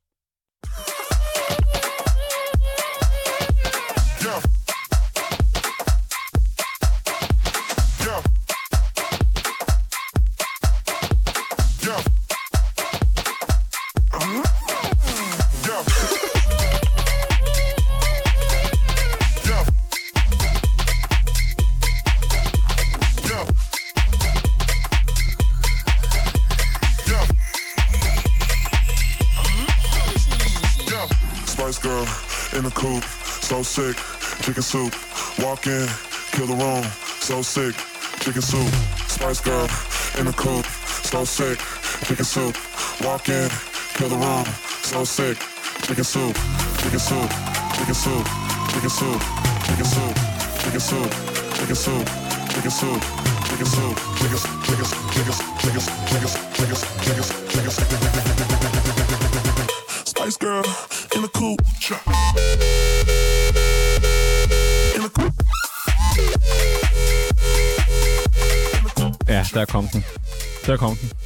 Girl in the coupe, so sick, chicken soup. Walk in, kill the room, so sick, chicken soup. Spice girl in the coupe, so sick, chicken soup. Walk in, kill the room, so sick, chicken soup, chicken soup, chicken soup, chicken soup, chicken soup, chicken soup, chicken soup, chicken soup, chicken soup, chicken Spice girl in the coupe. In the coupe. Ja, der kom den. Der kom den.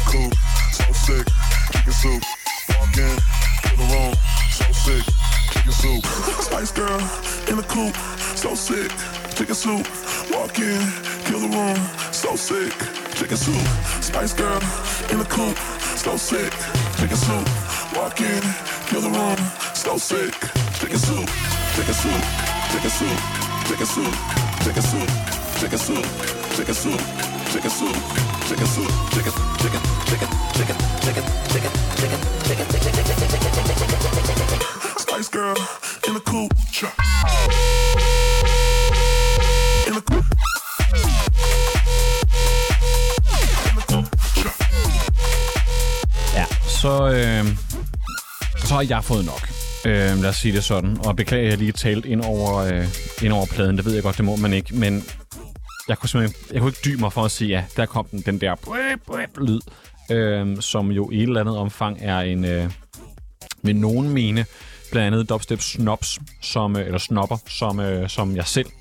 Chicken soup, walk in, kill the room, so sick, chicken soup. Spice Girl in the coupe, so sick. Chicken soup, walk in, kill the room, so sick. Chicken soup, Spice Girl in the coupe, so sick. Chicken soup, walk in, kill the room, so sick. Chicken soup, chicken soup, chicken soup, chicken soup, chicken soup, chicken soup, chicken soup, chicken soup, chicken soup, chicken, chicken, chicken, chicken, chicken, chicken, chicken, chicken, chicken. Spice Girl in the coupe, in the coupe. Ja, så har jeg fået nok. Lad os sige det sådan. Og beklager, at jeg lige talt ind over pladen. Det ved jeg godt, det må man ikke. Men jeg kunne ikke dybe mig for at sige, ja, der kom den der lyd, som jo i et eller andet omfang er en, med nogen mene, blandt andet dubstep snobs, eller snopper, som jeg selv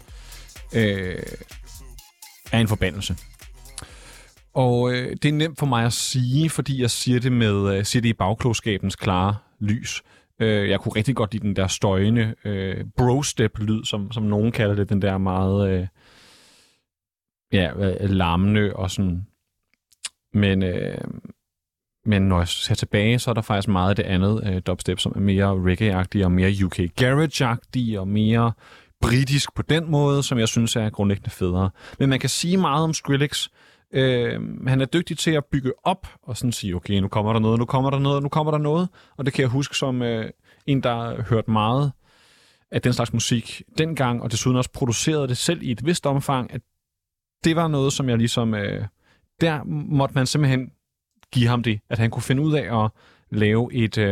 er en forbandelse. Og det er nemt for mig at sige, fordi jeg siger det i bagklogskabens klare lys. Jeg kunne rigtig godt lide den der støjende bro-step-lyd, som nogen kalder det, den der meget larmende og sådan. Men når jeg ser tilbage, så er der faktisk meget af det andet dubstep, som er mere reggae-agtig og mere UK garage-agtig og mere britisk på den måde, som jeg synes er grundlæggende federe. Men man kan sige meget om Skrillex. Han er dygtig til at bygge op og sådan sige, okay, nu kommer der noget, nu kommer der noget, nu kommer der noget. Og det kan jeg huske som en, der hørte meget af den slags musik dengang, og desuden også producerede det selv i et vist omfang, at det var noget, som jeg ligesom... der måtte man simpelthen give ham det, at han kunne finde ud af at lave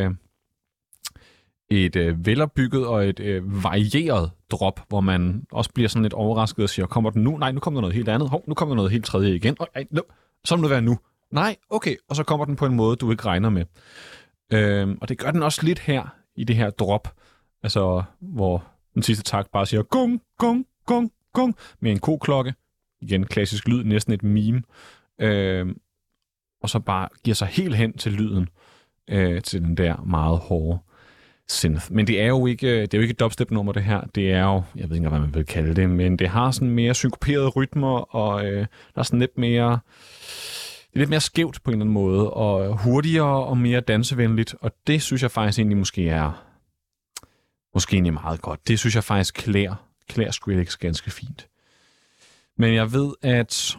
et velopbygget og et varieret drop, hvor man også bliver sådan lidt overrasket og siger, kommer den nu? Nej, nu kommer der noget helt andet. Hov, nu kommer der noget helt tredje igen. Så må det være nu. Nej, okay. Og så kommer den på en måde, du ikke regner med. Og det gør den også lidt her, i det her drop. Altså, hvor den sidste takt bare siger, gung, gung, gung, gung, med en koklokke. Igen, klassisk lyd, næsten et meme. Og så bare giver sig helt hen til lyden, til den der meget hårde synth. Men det er jo ikke et dubstep-nummer, det her. Det er jo, jeg ved ikke, hvad man vil kalde det, men det har sådan mere synkoperede rytmer, og der er sådan lidt mere skævt på en eller anden måde, og hurtigere og mere dansevenligt, og det synes jeg faktisk egentlig måske egentlig meget godt. Det synes jeg faktisk klæder Skrillex ganske fint. Men jeg ved, at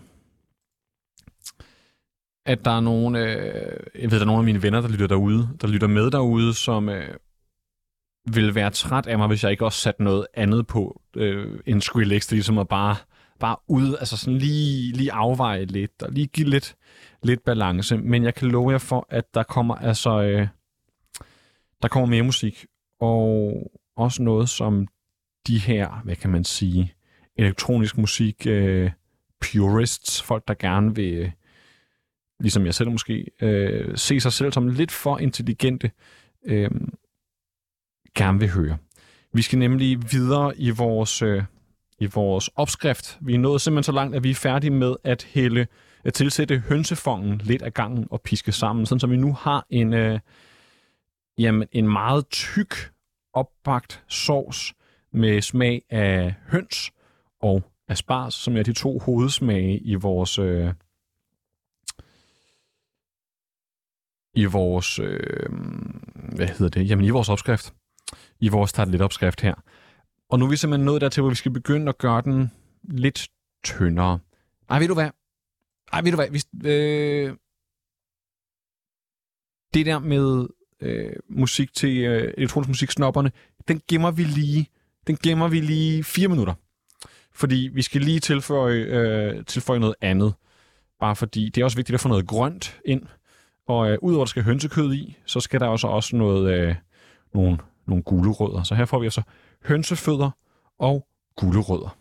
der er nogle af mine venner, der lytter med derude, som vil være træt af mig, hvis jeg ikke også satte noget andet på end Skrillex, det ligesom at bare ud, altså sådan lige afveje lidt, og lige give lidt balance. Men jeg kan love jer for, at der kommer mere musik, og også noget som de her, hvad kan man sige, elektronisk musik purists, folk der gerne vil, ligesom jeg selv måske, se sig selv som lidt for intelligente, gerne vil høre. Vi skal nemlig videre i vores opskrift. Vi er nået simpelthen så langt, at vi er færdige med at tilsætte hønsefongen lidt af gangen og piske sammen, sådan så vi nu har en meget tyk opbagt sovs med smag af høns og asparges, som er de to hovedsmage i vores opskrift. I vores tartelet-opskrift her. Og nu er vi simpelthen nået dertil, hvor vi skal begynde at gøre den lidt tyndere. Ved du hvad? Det der med musik til elektronisk musiksnopperne, den gemmer vi lige 4 minutter. Fordi vi skal lige tilføje noget andet. Bare fordi det er også vigtigt at få noget grønt ind. Og udover at der skal hønsekød i, så skal der også nogle gulerødder. Så her får vi altså hønsefødder og gulerødder.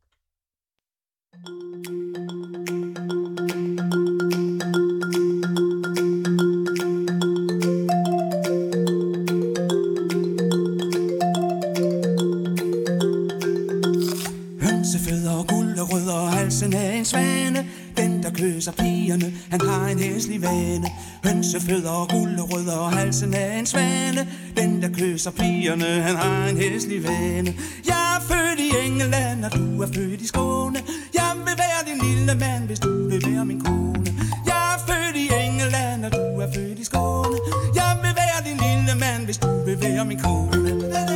Hønsefødder og gulerødder, halsen af en svane. Den, der kysser pigerne, han har en hæslig vane. Hønsefødder og gulerødder, halsen af en svane. Den, der kysser pigerne, han har en hæslig vane. Jeg er født i England, og du er født i Skåne. Jeg vil være din lille mand, hvis du vil være min kone. Jeg er født i England, og du er født i Skåne. Jeg vil være din lille mand, hvis du vil være min kone.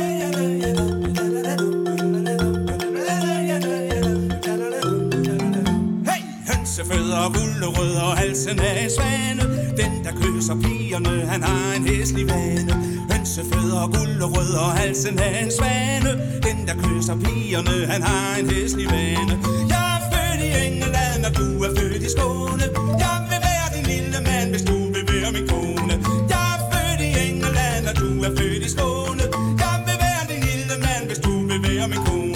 Hey! Hønsefødder og gulerødder og halsen af en svane. Den der kysser pigerne, han har en hæslig vane. Hønsefødder og gulerødder og halsen af en svane. Den der kysser pigerne, han har en hæslig vane. Jeg er født i England, og du er født i Skåne. Jeg vil være din lille mand, hvis du vil være min kone. Jeg er født i England, og du er født i Skåne. Jeg vil være din lille mand, hvis du vil være min kone.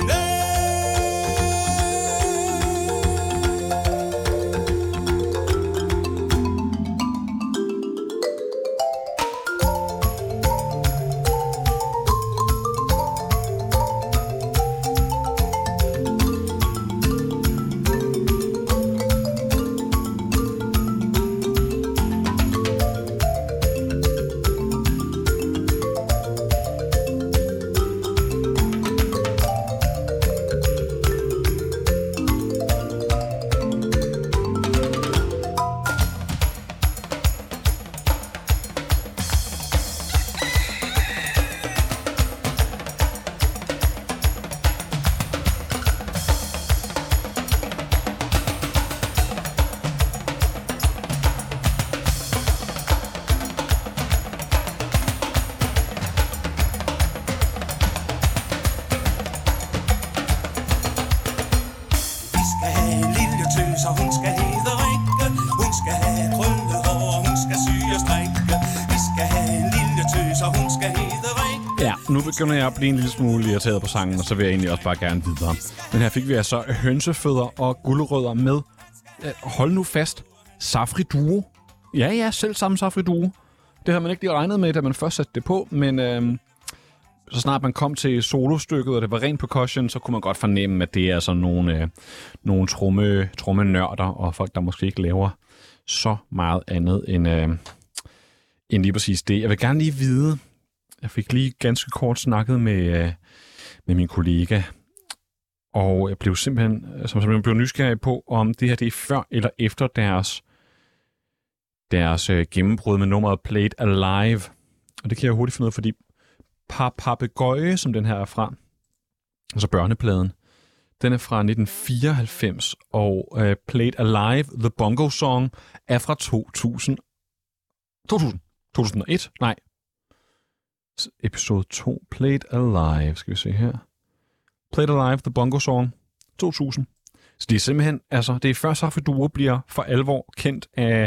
Nu begynder jeg at blive en lille smule irriteret på sangen, og så vil jeg egentlig også bare gerne videre. Men her fik vi altså hønsefødder og gulerødder med, hold nu fast, Safri Duo. Ja, selv sammen Safri Duo. Det havde man ikke lige regnet med, da man først satte det på, men så snart man kom til solostykket, og det var ren percussion, så kunne man godt fornemme, at det er altså nogle trommenørder, og folk, der måske ikke laver så meget andet end lige præcis det. Jeg vil gerne lige vide, jeg fik lige ganske kort snakket med min kollega, og jeg blev simpelthen blev nysgerrig på, om det her det er før eller efter deres gennembrud med nummeret Played Alive. Og det kan jeg hurtigt finde ud af, fordi Papegøje, som den her er fra, altså børnepladen, den er fra 1994, og Played Alive, The Bongo Song, er fra 2001? Nej. Episode 2, Played Alive, skal vi se her. Played Alive, The Bongo Song, 2000. Så det er simpelthen, altså, det er før Safri Duo bliver for alvor kendt af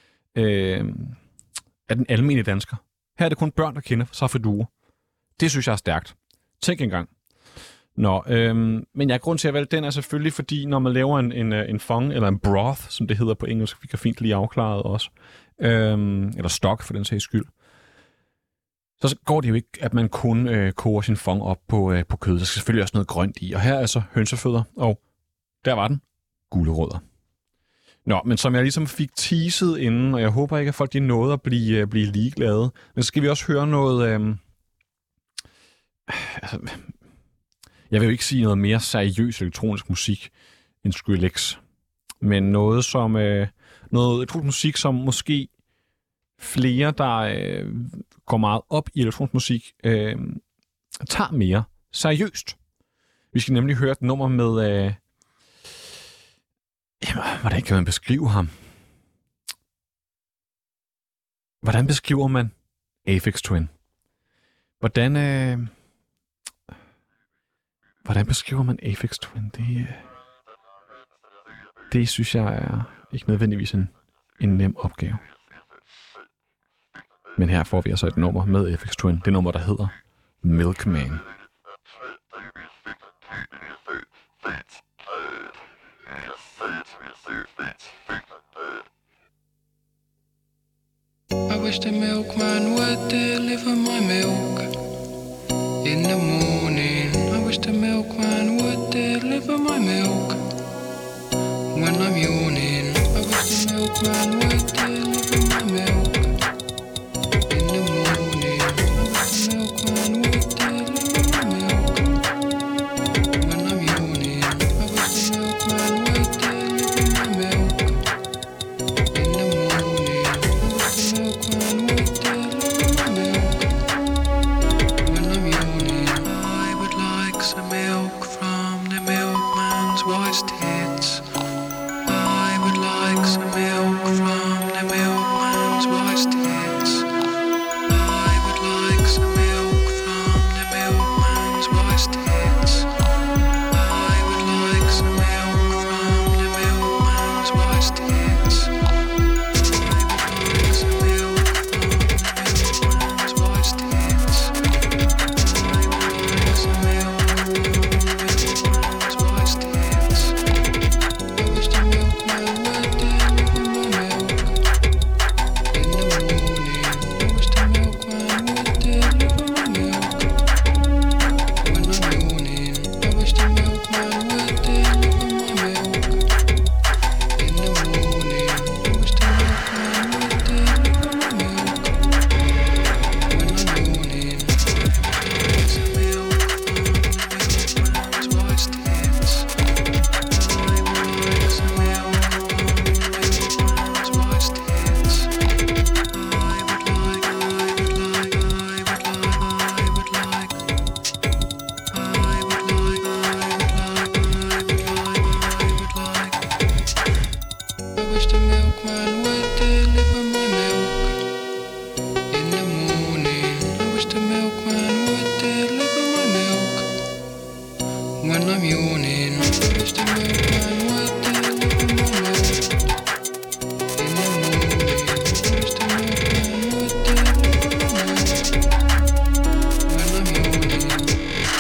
den almindelige dansker. Her er det kun børn, der kender Safri Duo. Det synes jeg er stærkt. Tænk engang. Nå, men grund til at vælge den er selvfølgelig, fordi når man laver en fong, eller en broth, som det hedder på engelsk, vi kan fint lige afklaret også, eller stok for den sags skyld, så går det jo ikke, at man kun koger sin fong op på kød. Der skal selvfølgelig også noget grønt i. Og her er altså hønsefødder, og der var den, gulerødder. Nå, men som jeg ligesom fik teaset inden, og jeg håber ikke, at folk de nåede at blive ligeglade, men så skal vi også høre noget... jeg vil jo ikke sige noget mere seriøs elektronisk musik end Skrillex, men noget som noget elektronisk musik, som måske flere, der går meget op i elektronisk musik, tager mere seriøst. Vi skal nemlig høre et nummer med... hvordan kan man beskrive ham? Hvordan beskriver man Aphex Twin? Hvordan beskriver man Aphex Twin? Det synes jeg er ikke nødvendigvis en nem opgave. Men her får vi altså et nummer med Aphex Twin. Det nummer, der hedder Milkman. I wish the milkman would deliver my milk in the morning. I wish the milkman would deliver my milk when I'm yawning. I wish the milkman would deliver my milk in the morning. I wish the milkman yawning. I wish the milkman would deliver my milk in the morning. I wish the milkman would deliver my milk when I'm yawning.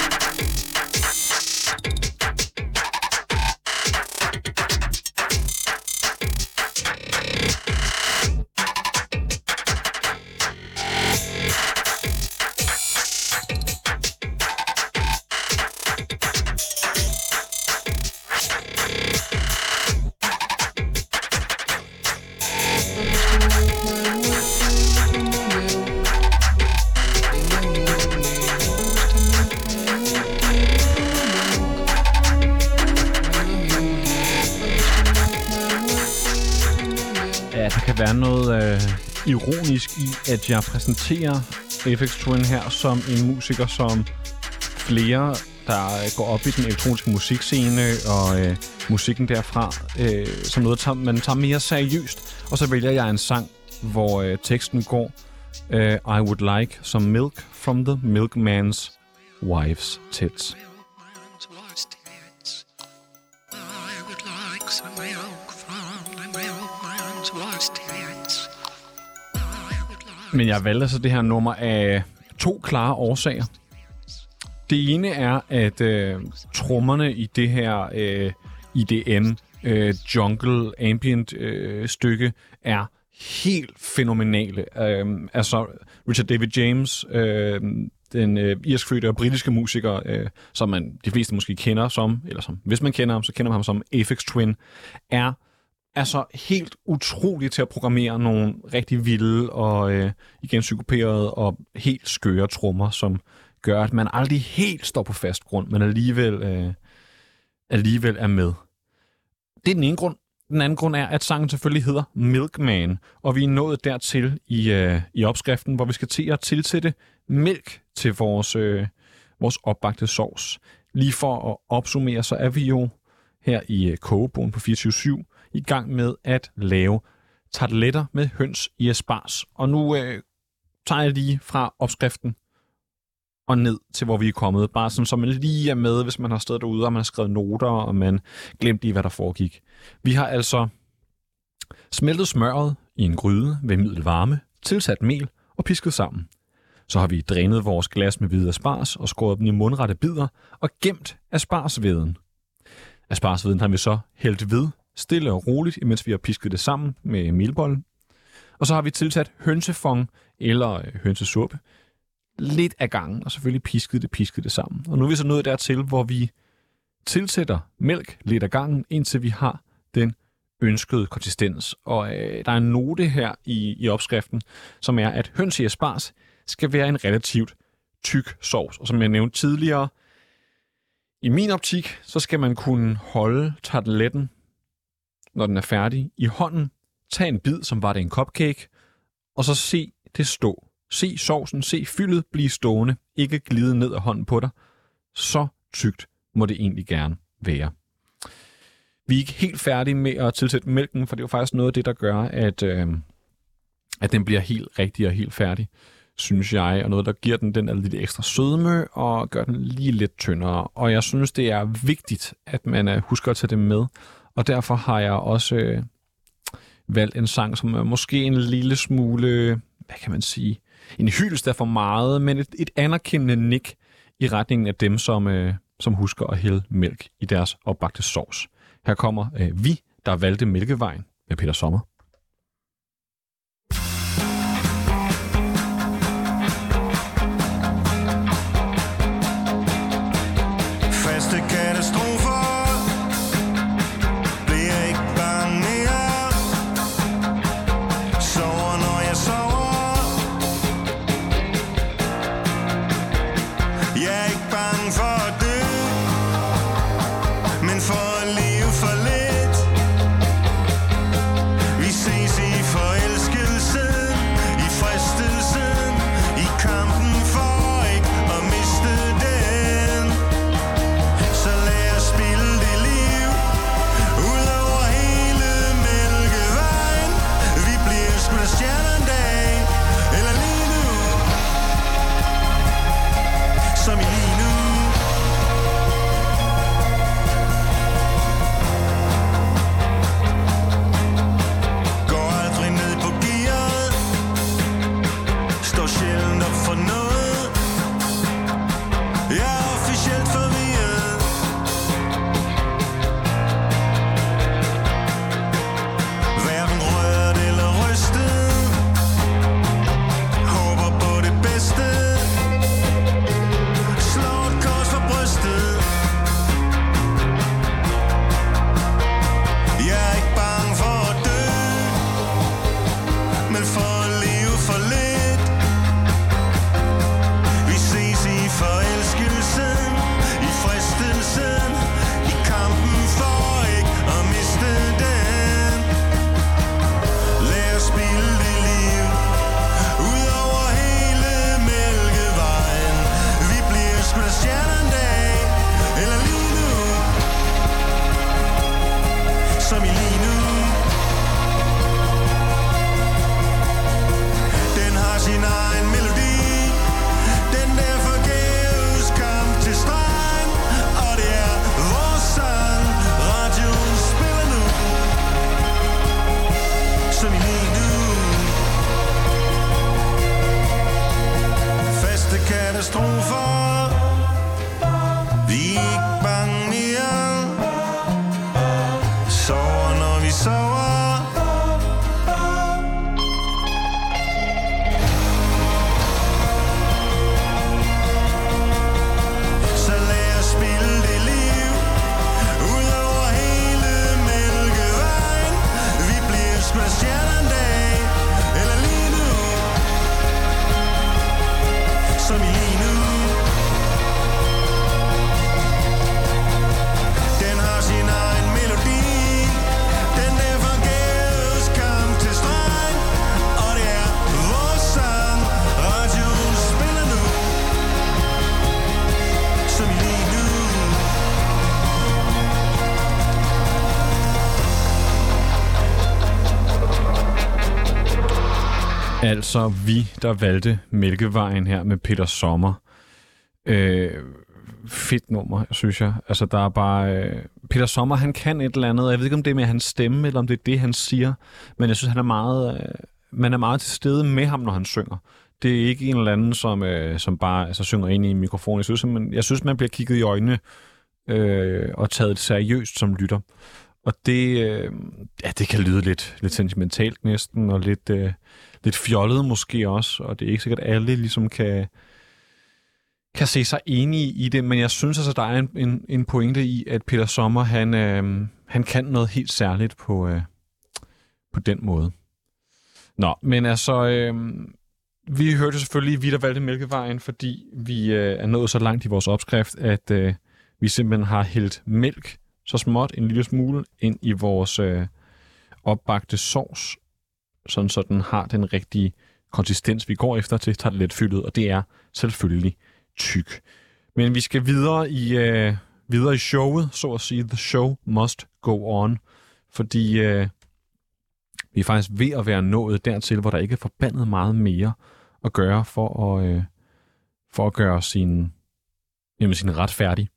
Ja, der kan være noget ironisk i, at jeg præsenterer Aphex Twin her som en musiker, som flere, der går op i den elektroniske musikscene og musikken derfra, som noget, man tager mere seriøst. Og så vælger jeg en sang, hvor teksten går I would like some milk from the milkman's wife's tits. Men jeg valgte altså det her nummer af 2 klare årsager. Det ene er, at trommerne i det her IDM jungle ambient stykke er helt fænomenale. Altså Richard David James, den irskfødte og britiske musiker, som de fleste måske kender som, eller som hvis man kender ham, så kender man ham som Aphex Twin, er altså helt utroligt til at programmere nogle rigtig vilde og igen psykoperede og helt skøre trommer, som gør, at man aldrig helt står på fast grund, men alligevel er med. Det er den ene grund. Den anden grund er, at sangen selvfølgelig hedder Milkman, og vi er nået dertil i opskriften, hvor vi skal til at tilsætte mælk til vores opbagte sovs. Lige for at opsummere, så er vi jo her i kogebogen på 24/7 i gang med at lave tarteletter med høns i asparges. Og nu tager jeg lige fra opskriften og ned til, hvor vi er kommet. Bare sådan, så man lige er med, hvis man har stået derude, og man har skrevet noter, og man glemte lige, hvad der foregik. Vi har altså smeltet smørret i en gryde ved middelvarme, tilsat mel og pisket sammen. Så har vi drænet vores glas med hvide asparges og skåret dem i mundrette bidder og gemt aspargesvæden. Aspargesvæden har vi så hældt ved stille og roligt, imens vi har pisket det sammen med melbollen. Og så har vi tilsat hønsefong eller hønsesuppe lidt af gangen, og selvfølgelig pisket det sammen. Og nu er vi så nået dertil, hvor vi tilsætter mælk lidt af gangen, indtil vi har den ønskede konsistens. Og der er en note her i opskriften, som er, at høns i asparges skal være en relativt tyk sovs. Og som jeg nævnte tidligere, i min optik, så skal man kunne holde tarteletten, når den er færdig, i hånden, tage en bid, som var det en cupcake, og så se det stå. Se sovsen, se fyldet blive stående, ikke glide ned af hånden på dig. Så tykt må det egentlig gerne være. Vi er ikke helt færdige med at tilsætte mælken, for det er jo faktisk noget af det, der gør, at den bliver helt rigtig og helt færdig, synes jeg, og noget, der giver den lidt ekstra sødme og gør den lige lidt tyndere. Og jeg synes, det er vigtigt, at man husker at tage det med, og derfor har jeg også valgt en sang, som er måske en lille smule, hvad kan man sige, en hyldest er for meget, men et anerkendende nik i retningen af dem, som husker at hælde mælk i deres opbagte sovs. Her kommer Vi, der valgte Mælkevejen med Peter Sommer. Faste katastrofer bliver ikke bange mere. Sover når jeg sover. Jeg er ikke bange for at dø, men for at leve for lidt. Vi Altså, vi, der valgte Mælkevejen her med Peter Sommer. Fedt nummer, synes jeg. Altså, der er bare... Peter Sommer, han kan et eller andet. Jeg ved ikke, om det er med hans stemme, eller om det er det, han siger. Men jeg synes, han er meget... man er meget til stede med ham, når han synger. Det er ikke en eller anden, som bare synger ind i mikrofonen. Jeg synes, man bliver kigget i øjnene og taget seriøst som lytter. Og det kan lyde lidt sentimentalt næsten, og lidt fjollet måske også. Og det er ikke sikkert, at alle ligesom kan se sig enige i det, men jeg synes altså, der er en pointe i, at Peter Sommer, han kan noget helt særligt på den måde. Nå, men altså, vi hørte selvfølgelig, vi der valgte Mælkevejen, fordi vi er nået så langt i vores opskrift, at vi simpelthen har hældt mælk så småt en lille smule ind i vores opbagte sovs, sådan så den har den rigtige konsistens, vi går efter til, tager det lidt fyldet, og det er selvfølgelig tyk. Men vi skal videre i showet, så at sige. The show must go on, fordi vi er faktisk ved at være nået dertil, hvor der ikke er forbandet meget mere at gøre for at gøre sin ret færdig.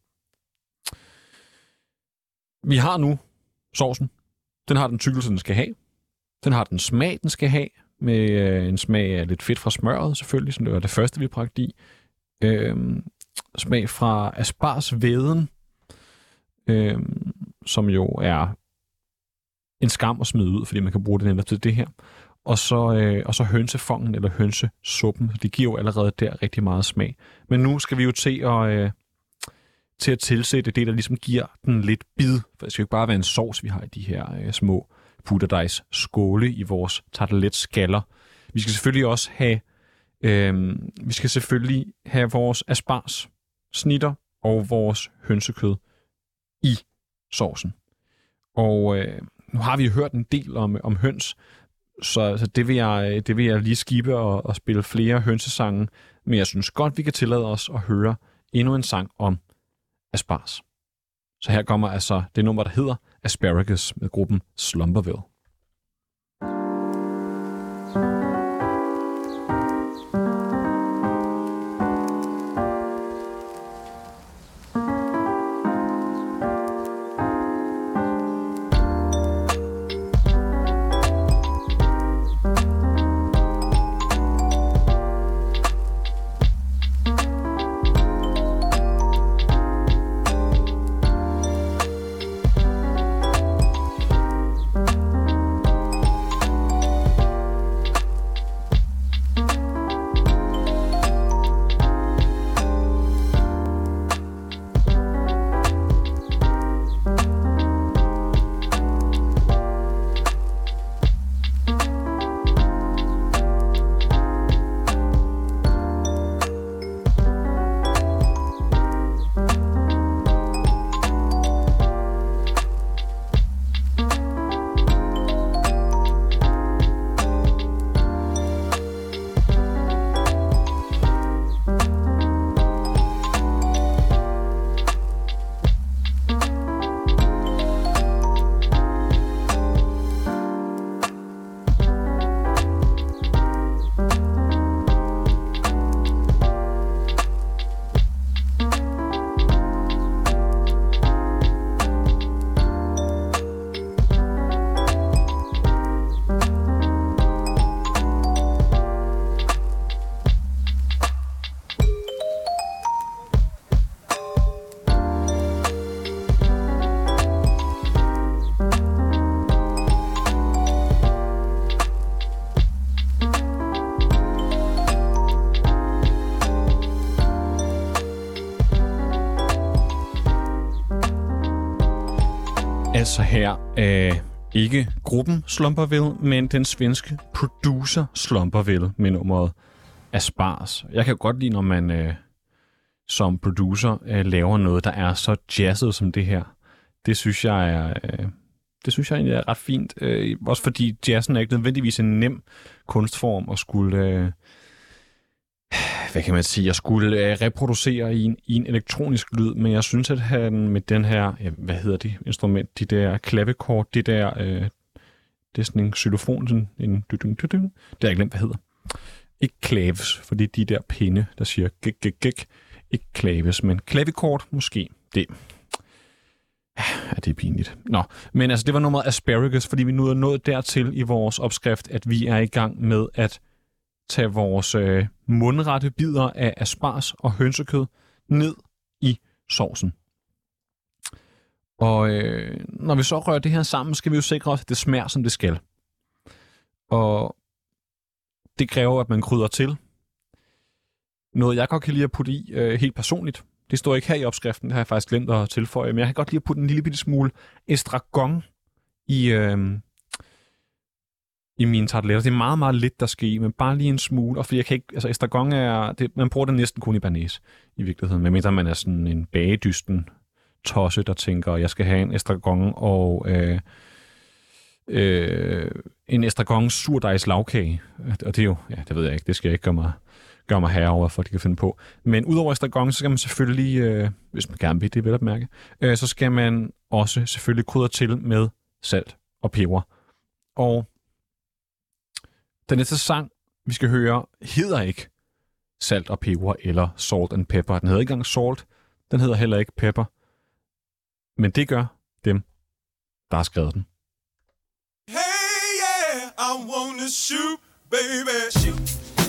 Vi har nu sovsen. Den har den tykkelse, den skal have. Den har den smag, den skal have, med en smag af lidt fedt fra smøret, selvfølgelig, som det var det første, vi bragte i. Smag fra asparsvæden, som jo er en skam at smide ud, fordi man kan bruge det netop til det her. Og så hønsefongen eller hønsesuppen. Det giver jo allerede der rigtig meget smag. Men nu skal vi jo til at tilsætte det, der ligesom giver den lidt bid. For det skal jo ikke bare være en sovs, vi har i de her små putterdejs skåle i vores tarteletskaller. Vi skal selvfølgelig også have vores asparges snitter og vores hønsekød i sovsen. Og nu har vi jo hørt en del om høns, så det vil jeg lige skippe og spille flere hønsesange. Men jeg synes godt, vi kan tillade os at høre endnu en sang om asparges. Så her kommer altså det nummer, der hedder Asparagus med gruppen Slumberville. Altså her ikke gruppen Slumberville, men den svenske producer Slumberville med nummeret Asparges. Jeg kan godt lide, når man som producer laver noget, der er så jazzet som det her. Det synes jeg egentlig er ret fint. Også fordi jazzen er ikke nødvendigvis en nem kunstform at skulle... hvad kan man sige, jeg skulle reproducere i en elektronisk lyd, men jeg synes, at han med den her, hvad hedder det instrument, de der klavikord, det er sådan en xylofon, det har jeg glemt, hvad hedder. Ikke claves, fordi de der pinde, der siger gik, ikke claves, men klavikord måske. Det er pinligt. Nå, men altså det var nummeret Asparagus, fordi vi nu er nået dertil i vores opskrift, at vi er i gang med at tage vores mundrette bidder af asparges og hønsekød ned i sovsen. Og når vi så rører det her sammen, skal vi jo sikre os, at det smager, som det skal. Og det kræver, at man krydrer til. Noget, jeg godt kan lide at putte i helt personligt. Det står ikke her i opskriften, det har jeg faktisk glemt at tilføje, men jeg kan godt lide at putte en lille bitte smule estragon i mine tarteletter. Det er meget, meget lidt, der skal i, men bare lige en smule. Og fordi jeg kan ikke, altså estragon man bruger det næsten kun i bearnaise i virkeligheden. Medmindre man er sådan en bagedysten tosse, der tænker, jeg skal have en estragon og en estragon surdejs lavkage. Og det er jo, det ved jeg ikke, det skal jeg ikke gøre mig herover, for at de kan finde på. Men udover estragon, så skal man selvfølgelig, hvis man gerne vil det, vel at mærke, så skal man også selvfølgelig krydre til med salt og peber. Og den næste sang, vi skal høre, hedder ikke salt og peber eller salt and pepper. Den hedder ikke engang salt, den hedder heller ikke pepper. Men det gør dem, der har skrevet den. Hey, yeah, I wanna shoot, baby. Shoot.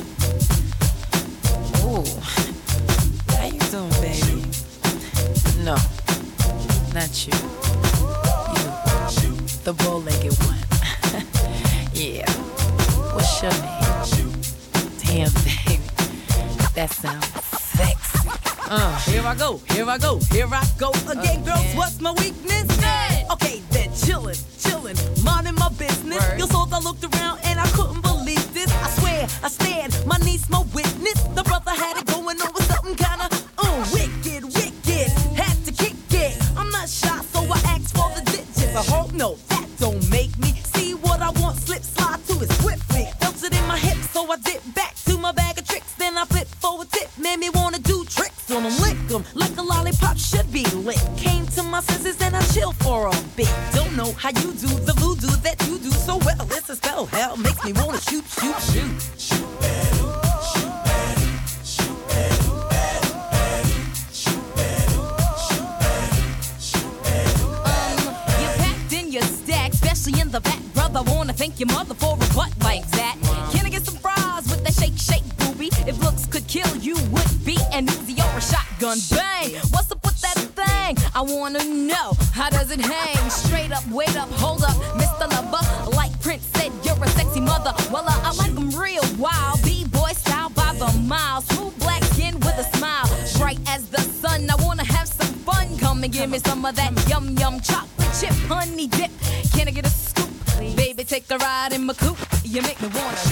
Ooh, how you doing, baby? No, not you. You, the bow-legged one. Yeah. What's your name? Damn, baby, that sounds sexy. Here I go again, girls. What's my weakness? Okay, then chillin', minding my business. You saw I looked around and I couldn't believe this. I swear, I stand, my niece, my witness. The brother had it going on with something kinda wicked. Had to kick it. I'm not shy, so I asked for the digits. I hope no, that don't make me see what I want. Slip, slide to it swiftly. Felt it in my hips, so I dip back to my bag of tricks. Then I flip for a tip, made me wanna do tricks on them, lick them like a lollipop should be lit. Came to my senses and I chill for a bit. Don't know how you do the voodoo that you do so well. It's a spell, hell makes me wanna shoot. You packed in your stack, especially in the back, brother. Wanna thank your mother for a butt like that. Can I get some fries with that shake, booby? If looks could kill, you would be an Uzi or a shotgun. Bang! What's up with that thing? I wanna know, how does it hang? Straight up, wait up, hold up, Mr. Lover. Like Prince said, you're a sexy mother. Well, I like them real wild. B-boy style by the mile. Smooth black skin with a smile. Bright as the sun, I wanna have some fun. Come and give me some of that yum chocolate chip honey dip. Can I get a scoop? Baby, take a ride in my coupe. You make me wanna...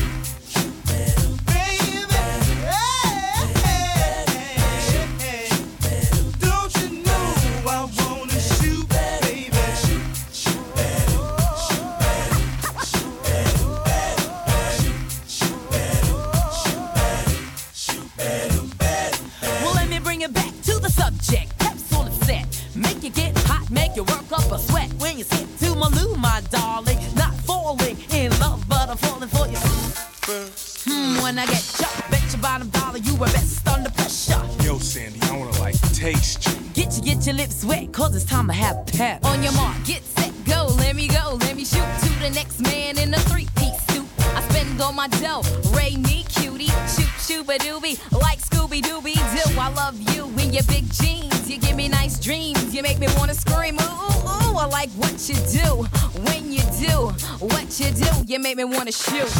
Make you get hot, make you work up a sweat when you sit to my loo, my darling. Not falling in love, but I'm falling for you. When I get chucked, bet your bottom dollar you were best under pressure. Yo, Sandy, I wanna taste you. Get your lips wet, cause it's time to have pep. On your mark, get set, go, let me shoot to the next man in a three-piece suit. I spend all my dough, Ray me cutie, shoot-a-doobie, like Scooby-Dooby-Doo. I love you in your big jeans, you give me nice dreams, you make me wanna scream, ooh, I like what you do, when you do, what you do, you make me wanna shoot.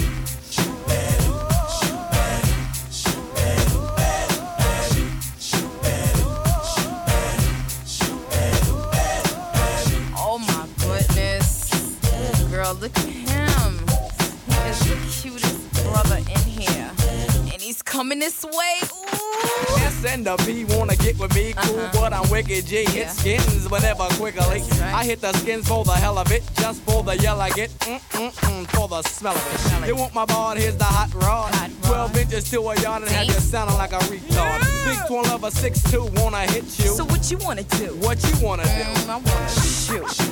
Oh my goodness. Girl, look at him. He is the cutest brother in here. And he's coming this way. Ooh. S and the B wanna get with me, cool, but I'm wicked G. Hit skins whenever quickly. I hit the skins for the hell of it, just for the yell I get, for the smell of it. You want my ball, here's the hot rod. 12 inches to a yard and have you sounding like a retard. Big 12 of 6'2", wanna hit you. So what you wanna do? What you wanna do? I wanna shoot.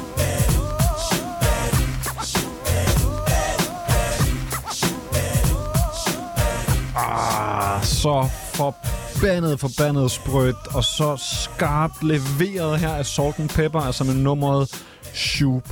Så forbandet sprødt, og så skarpt leveret her af Salt-N-Pepa, altså med nummeret Shoop.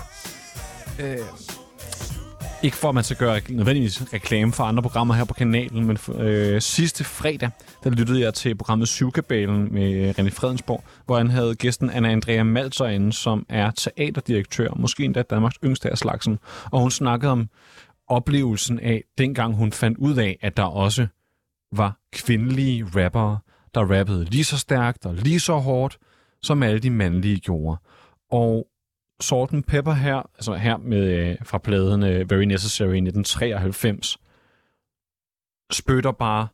Ikke for, at man skal gøre nødvendigvis reklame for andre programmer her på kanalen, men sidste fredag, der lyttede jeg til programmet Syvkabalen med René Fredensborg, hvor han havde gæsten Anna Andrea Malzer inde, som er teaterdirektør, måske endda Danmarks yngste af slagsen. Og hun snakkede om oplevelsen af, dengang hun fandt ud af, at der også var kvindelige rappere, der rappede lige så stærkt og lige så hårdt, som alle de mandlige gjorde. Og Salt-N-Pepa her, altså her med fra pladen Very Necessary i 1993, spytter bare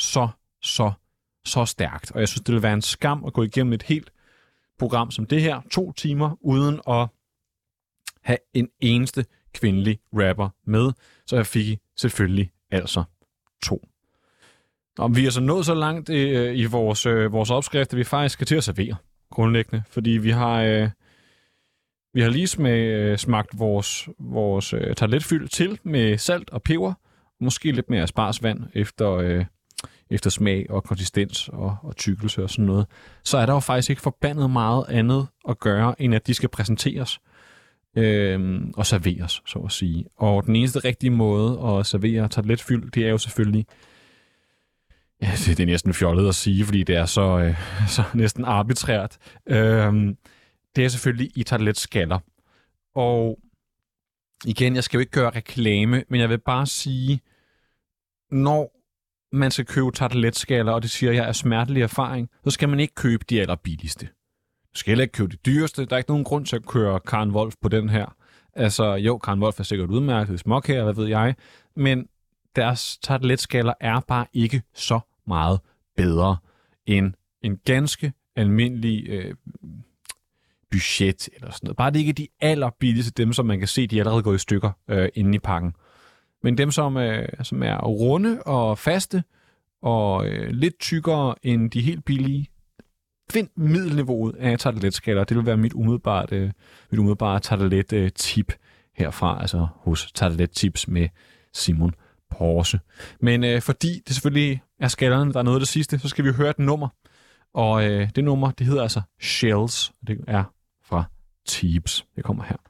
så stærkt. Og jeg synes, det vil være en skam at gå igennem et helt program som det her, 2 timer, uden at have en eneste kvindelig rapper med. Så jeg fik selvfølgelig altså 2. Og vi er så nået så langt i vores opskrift, at vi faktisk skal til at servere, grundlæggende. Fordi vi har lige smagt vores tarteletfyld til med salt og peber. Måske lidt mere aspargesvand efter smag og konsistens og tykkelse og sådan noget. Så er der jo faktisk ikke forbandet meget andet at gøre, end at de skal præsenteres og serveres, så at sige. Og den eneste rigtige måde at servere tarteletfyld, det er jo selvfølgelig... Ja, det er næsten fjollet at sige, fordi det er så næsten arbitrært. Det er selvfølgelig i tarteletskaller. Og igen, jeg skal jo ikke gøre reklame, men jeg vil bare sige, når man skal købe tarteletskaller, og det siger jeg er smertelig erfaring, så skal man ikke købe de allerbilligste. Du skal heller ikke købe de dyreste. Der er ikke nogen grund til at køre Karen Wolf på den her. Altså, jo, Karen Wolf er sikkert udmærket, småkager, hvad ved jeg, men deres tarteletskaller er bare ikke så meget bedre end en ganske almindelig budget eller sådan noget. Bare det ikke er de allerbilligste, dem som man kan se, de er allerede gået i stykker inde i pakken. Men dem, som er runde og faste og lidt tykkere end de helt billige, find middelniveauet af tarteletskaller. Det vil være mit umiddelbare tartelet-tip herfra, altså hos Tartelet Tips med Simon Porse. Men fordi det selvfølgelig er skallerne, der er noget af det sidste, så skal vi høre et nummer. Og det nummer, det hedder altså Shells. Det er fra Teeps. Det kommer her.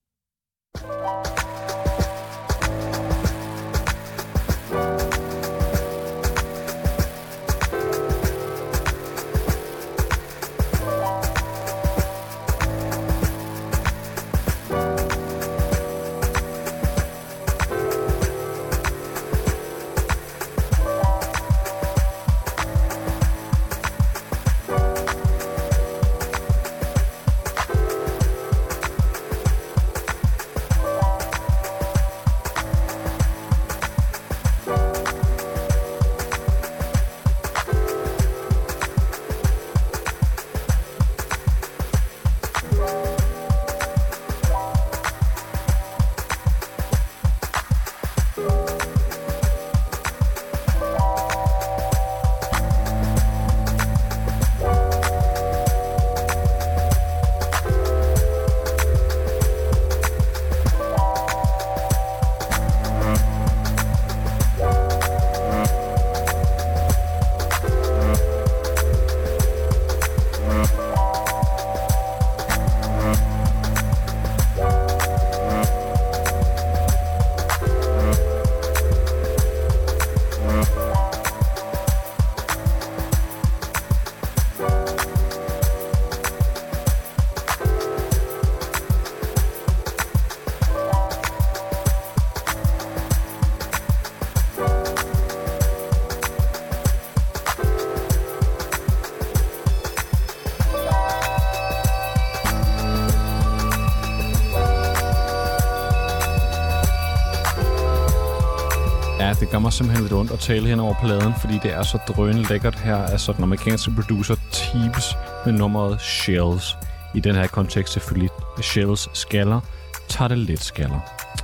Det gør mig simpelthen lidt ondt at tale hen over pladen, fordi det er så drønende lækkert her. Altså den amerikanske producer Teeps med nummeret Shells. I den her kontekst selvfølgelig Shells skaller, tarteletskaller.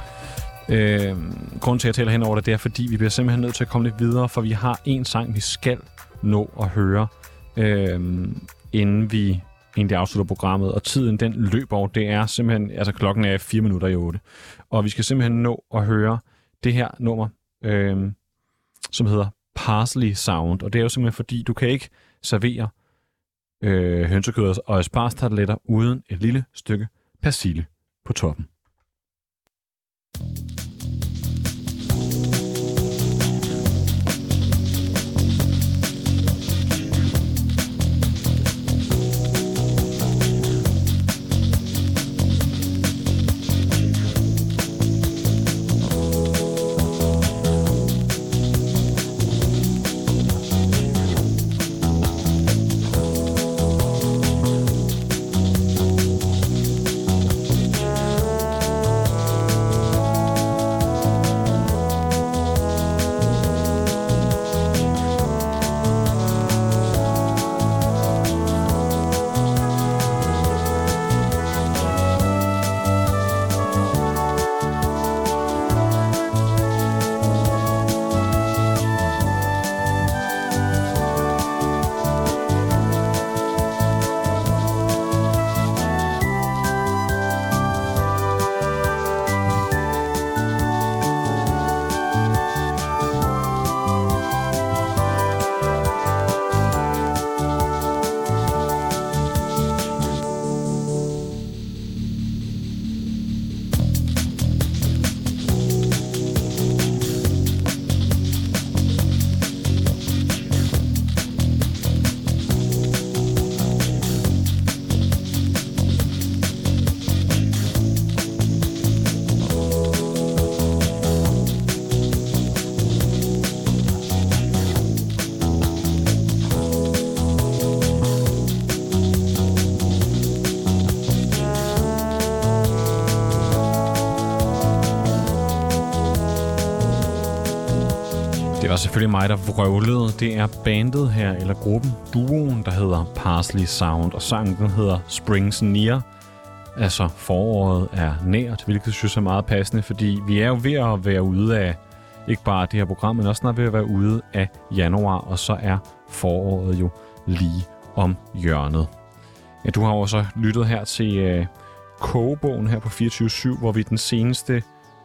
Grunden til at jeg taler hen over det er, fordi vi bliver simpelthen nødt til at komme lidt videre, for vi har en sang, vi skal nå at høre, inden vi egentlig afslutter programmet. Og tiden den løber over. Det er simpelthen, altså klokken er 7:04. Og vi skal simpelthen nå at høre det her nummer, som hedder parsley sound, og det er jo simpelthen fordi, du kan ikke servere hønsekød og aspargestarteletter uden et lille stykke persille på toppen. Det var selvfølgelig mig, der vrøvlede. Det er bandet her, eller gruppen, duoen, der hedder Parsley Sound, og sangen den hedder Springs Near. Altså foråret er nært, hvilket jeg synes er meget passende, fordi vi er jo ved at være ude af, ikke bare det her program, men også snart ved at være ude af januar, og så er foråret jo lige om hjørnet. Ja, du har også lyttet her til kogebogen her på 24/7, hvor vi de seneste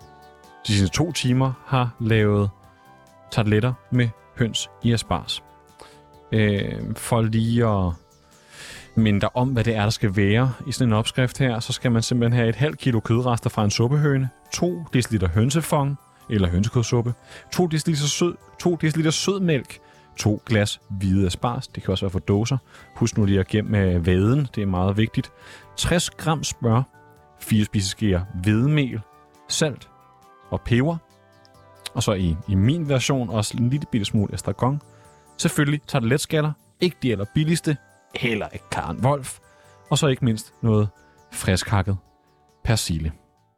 2 timer har lavet tarteletter med høns i asparges. For lige at minde dig om, hvad det er, der skal være i sådan en opskrift her, så skal man simpelthen have 0,5 kilo kødrester fra en suppehøne, 2 dl hønsefong eller hønsekødsuppe, 2 dl sødmælk, 2 glas hvide asparges, det kan også være for dåser. Husk nu lige at gemme væden, det er meget vigtigt. 60 gram smør, 4 spiseskeer hvedemel, salt og peber. Og så i min version også en lille bitte smule estragon. Selvfølgelig tarteletskaller, ikke de allerbilligste, heller ikke Karen Wolf. Og så ikke mindst noget friskhakket persille.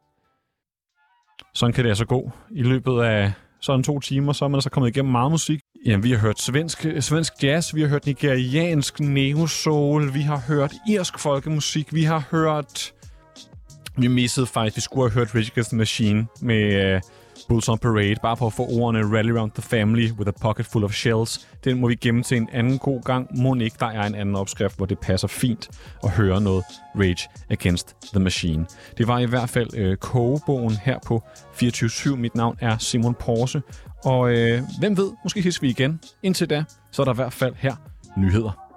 Sådan kan det altså gå. I løbet af sådan 2 timer, så er man altså kommet igennem meget musik. Jamen, vi har hørt svensk jazz, vi har hørt nigeriansk neo-soul, vi har hørt irsk folkemusik, vi har hørt... Vi missede faktisk, vi skulle have hørt Rage Against the Machine med... Bulls on Parade, bare for at få ordene Rally Around the Family with a Pocket Full of Shells. Den må vi gemme til en anden god gang. Må ikke, der er en anden opskrift, hvor det passer fint at høre noget Rage Against the Machine. Det var i hvert fald kogebogen her på 24/7. Mit navn er Simon Porse, og hvem ved, måske ses vi igen. Indtil da, så er der i hvert fald her nyheder.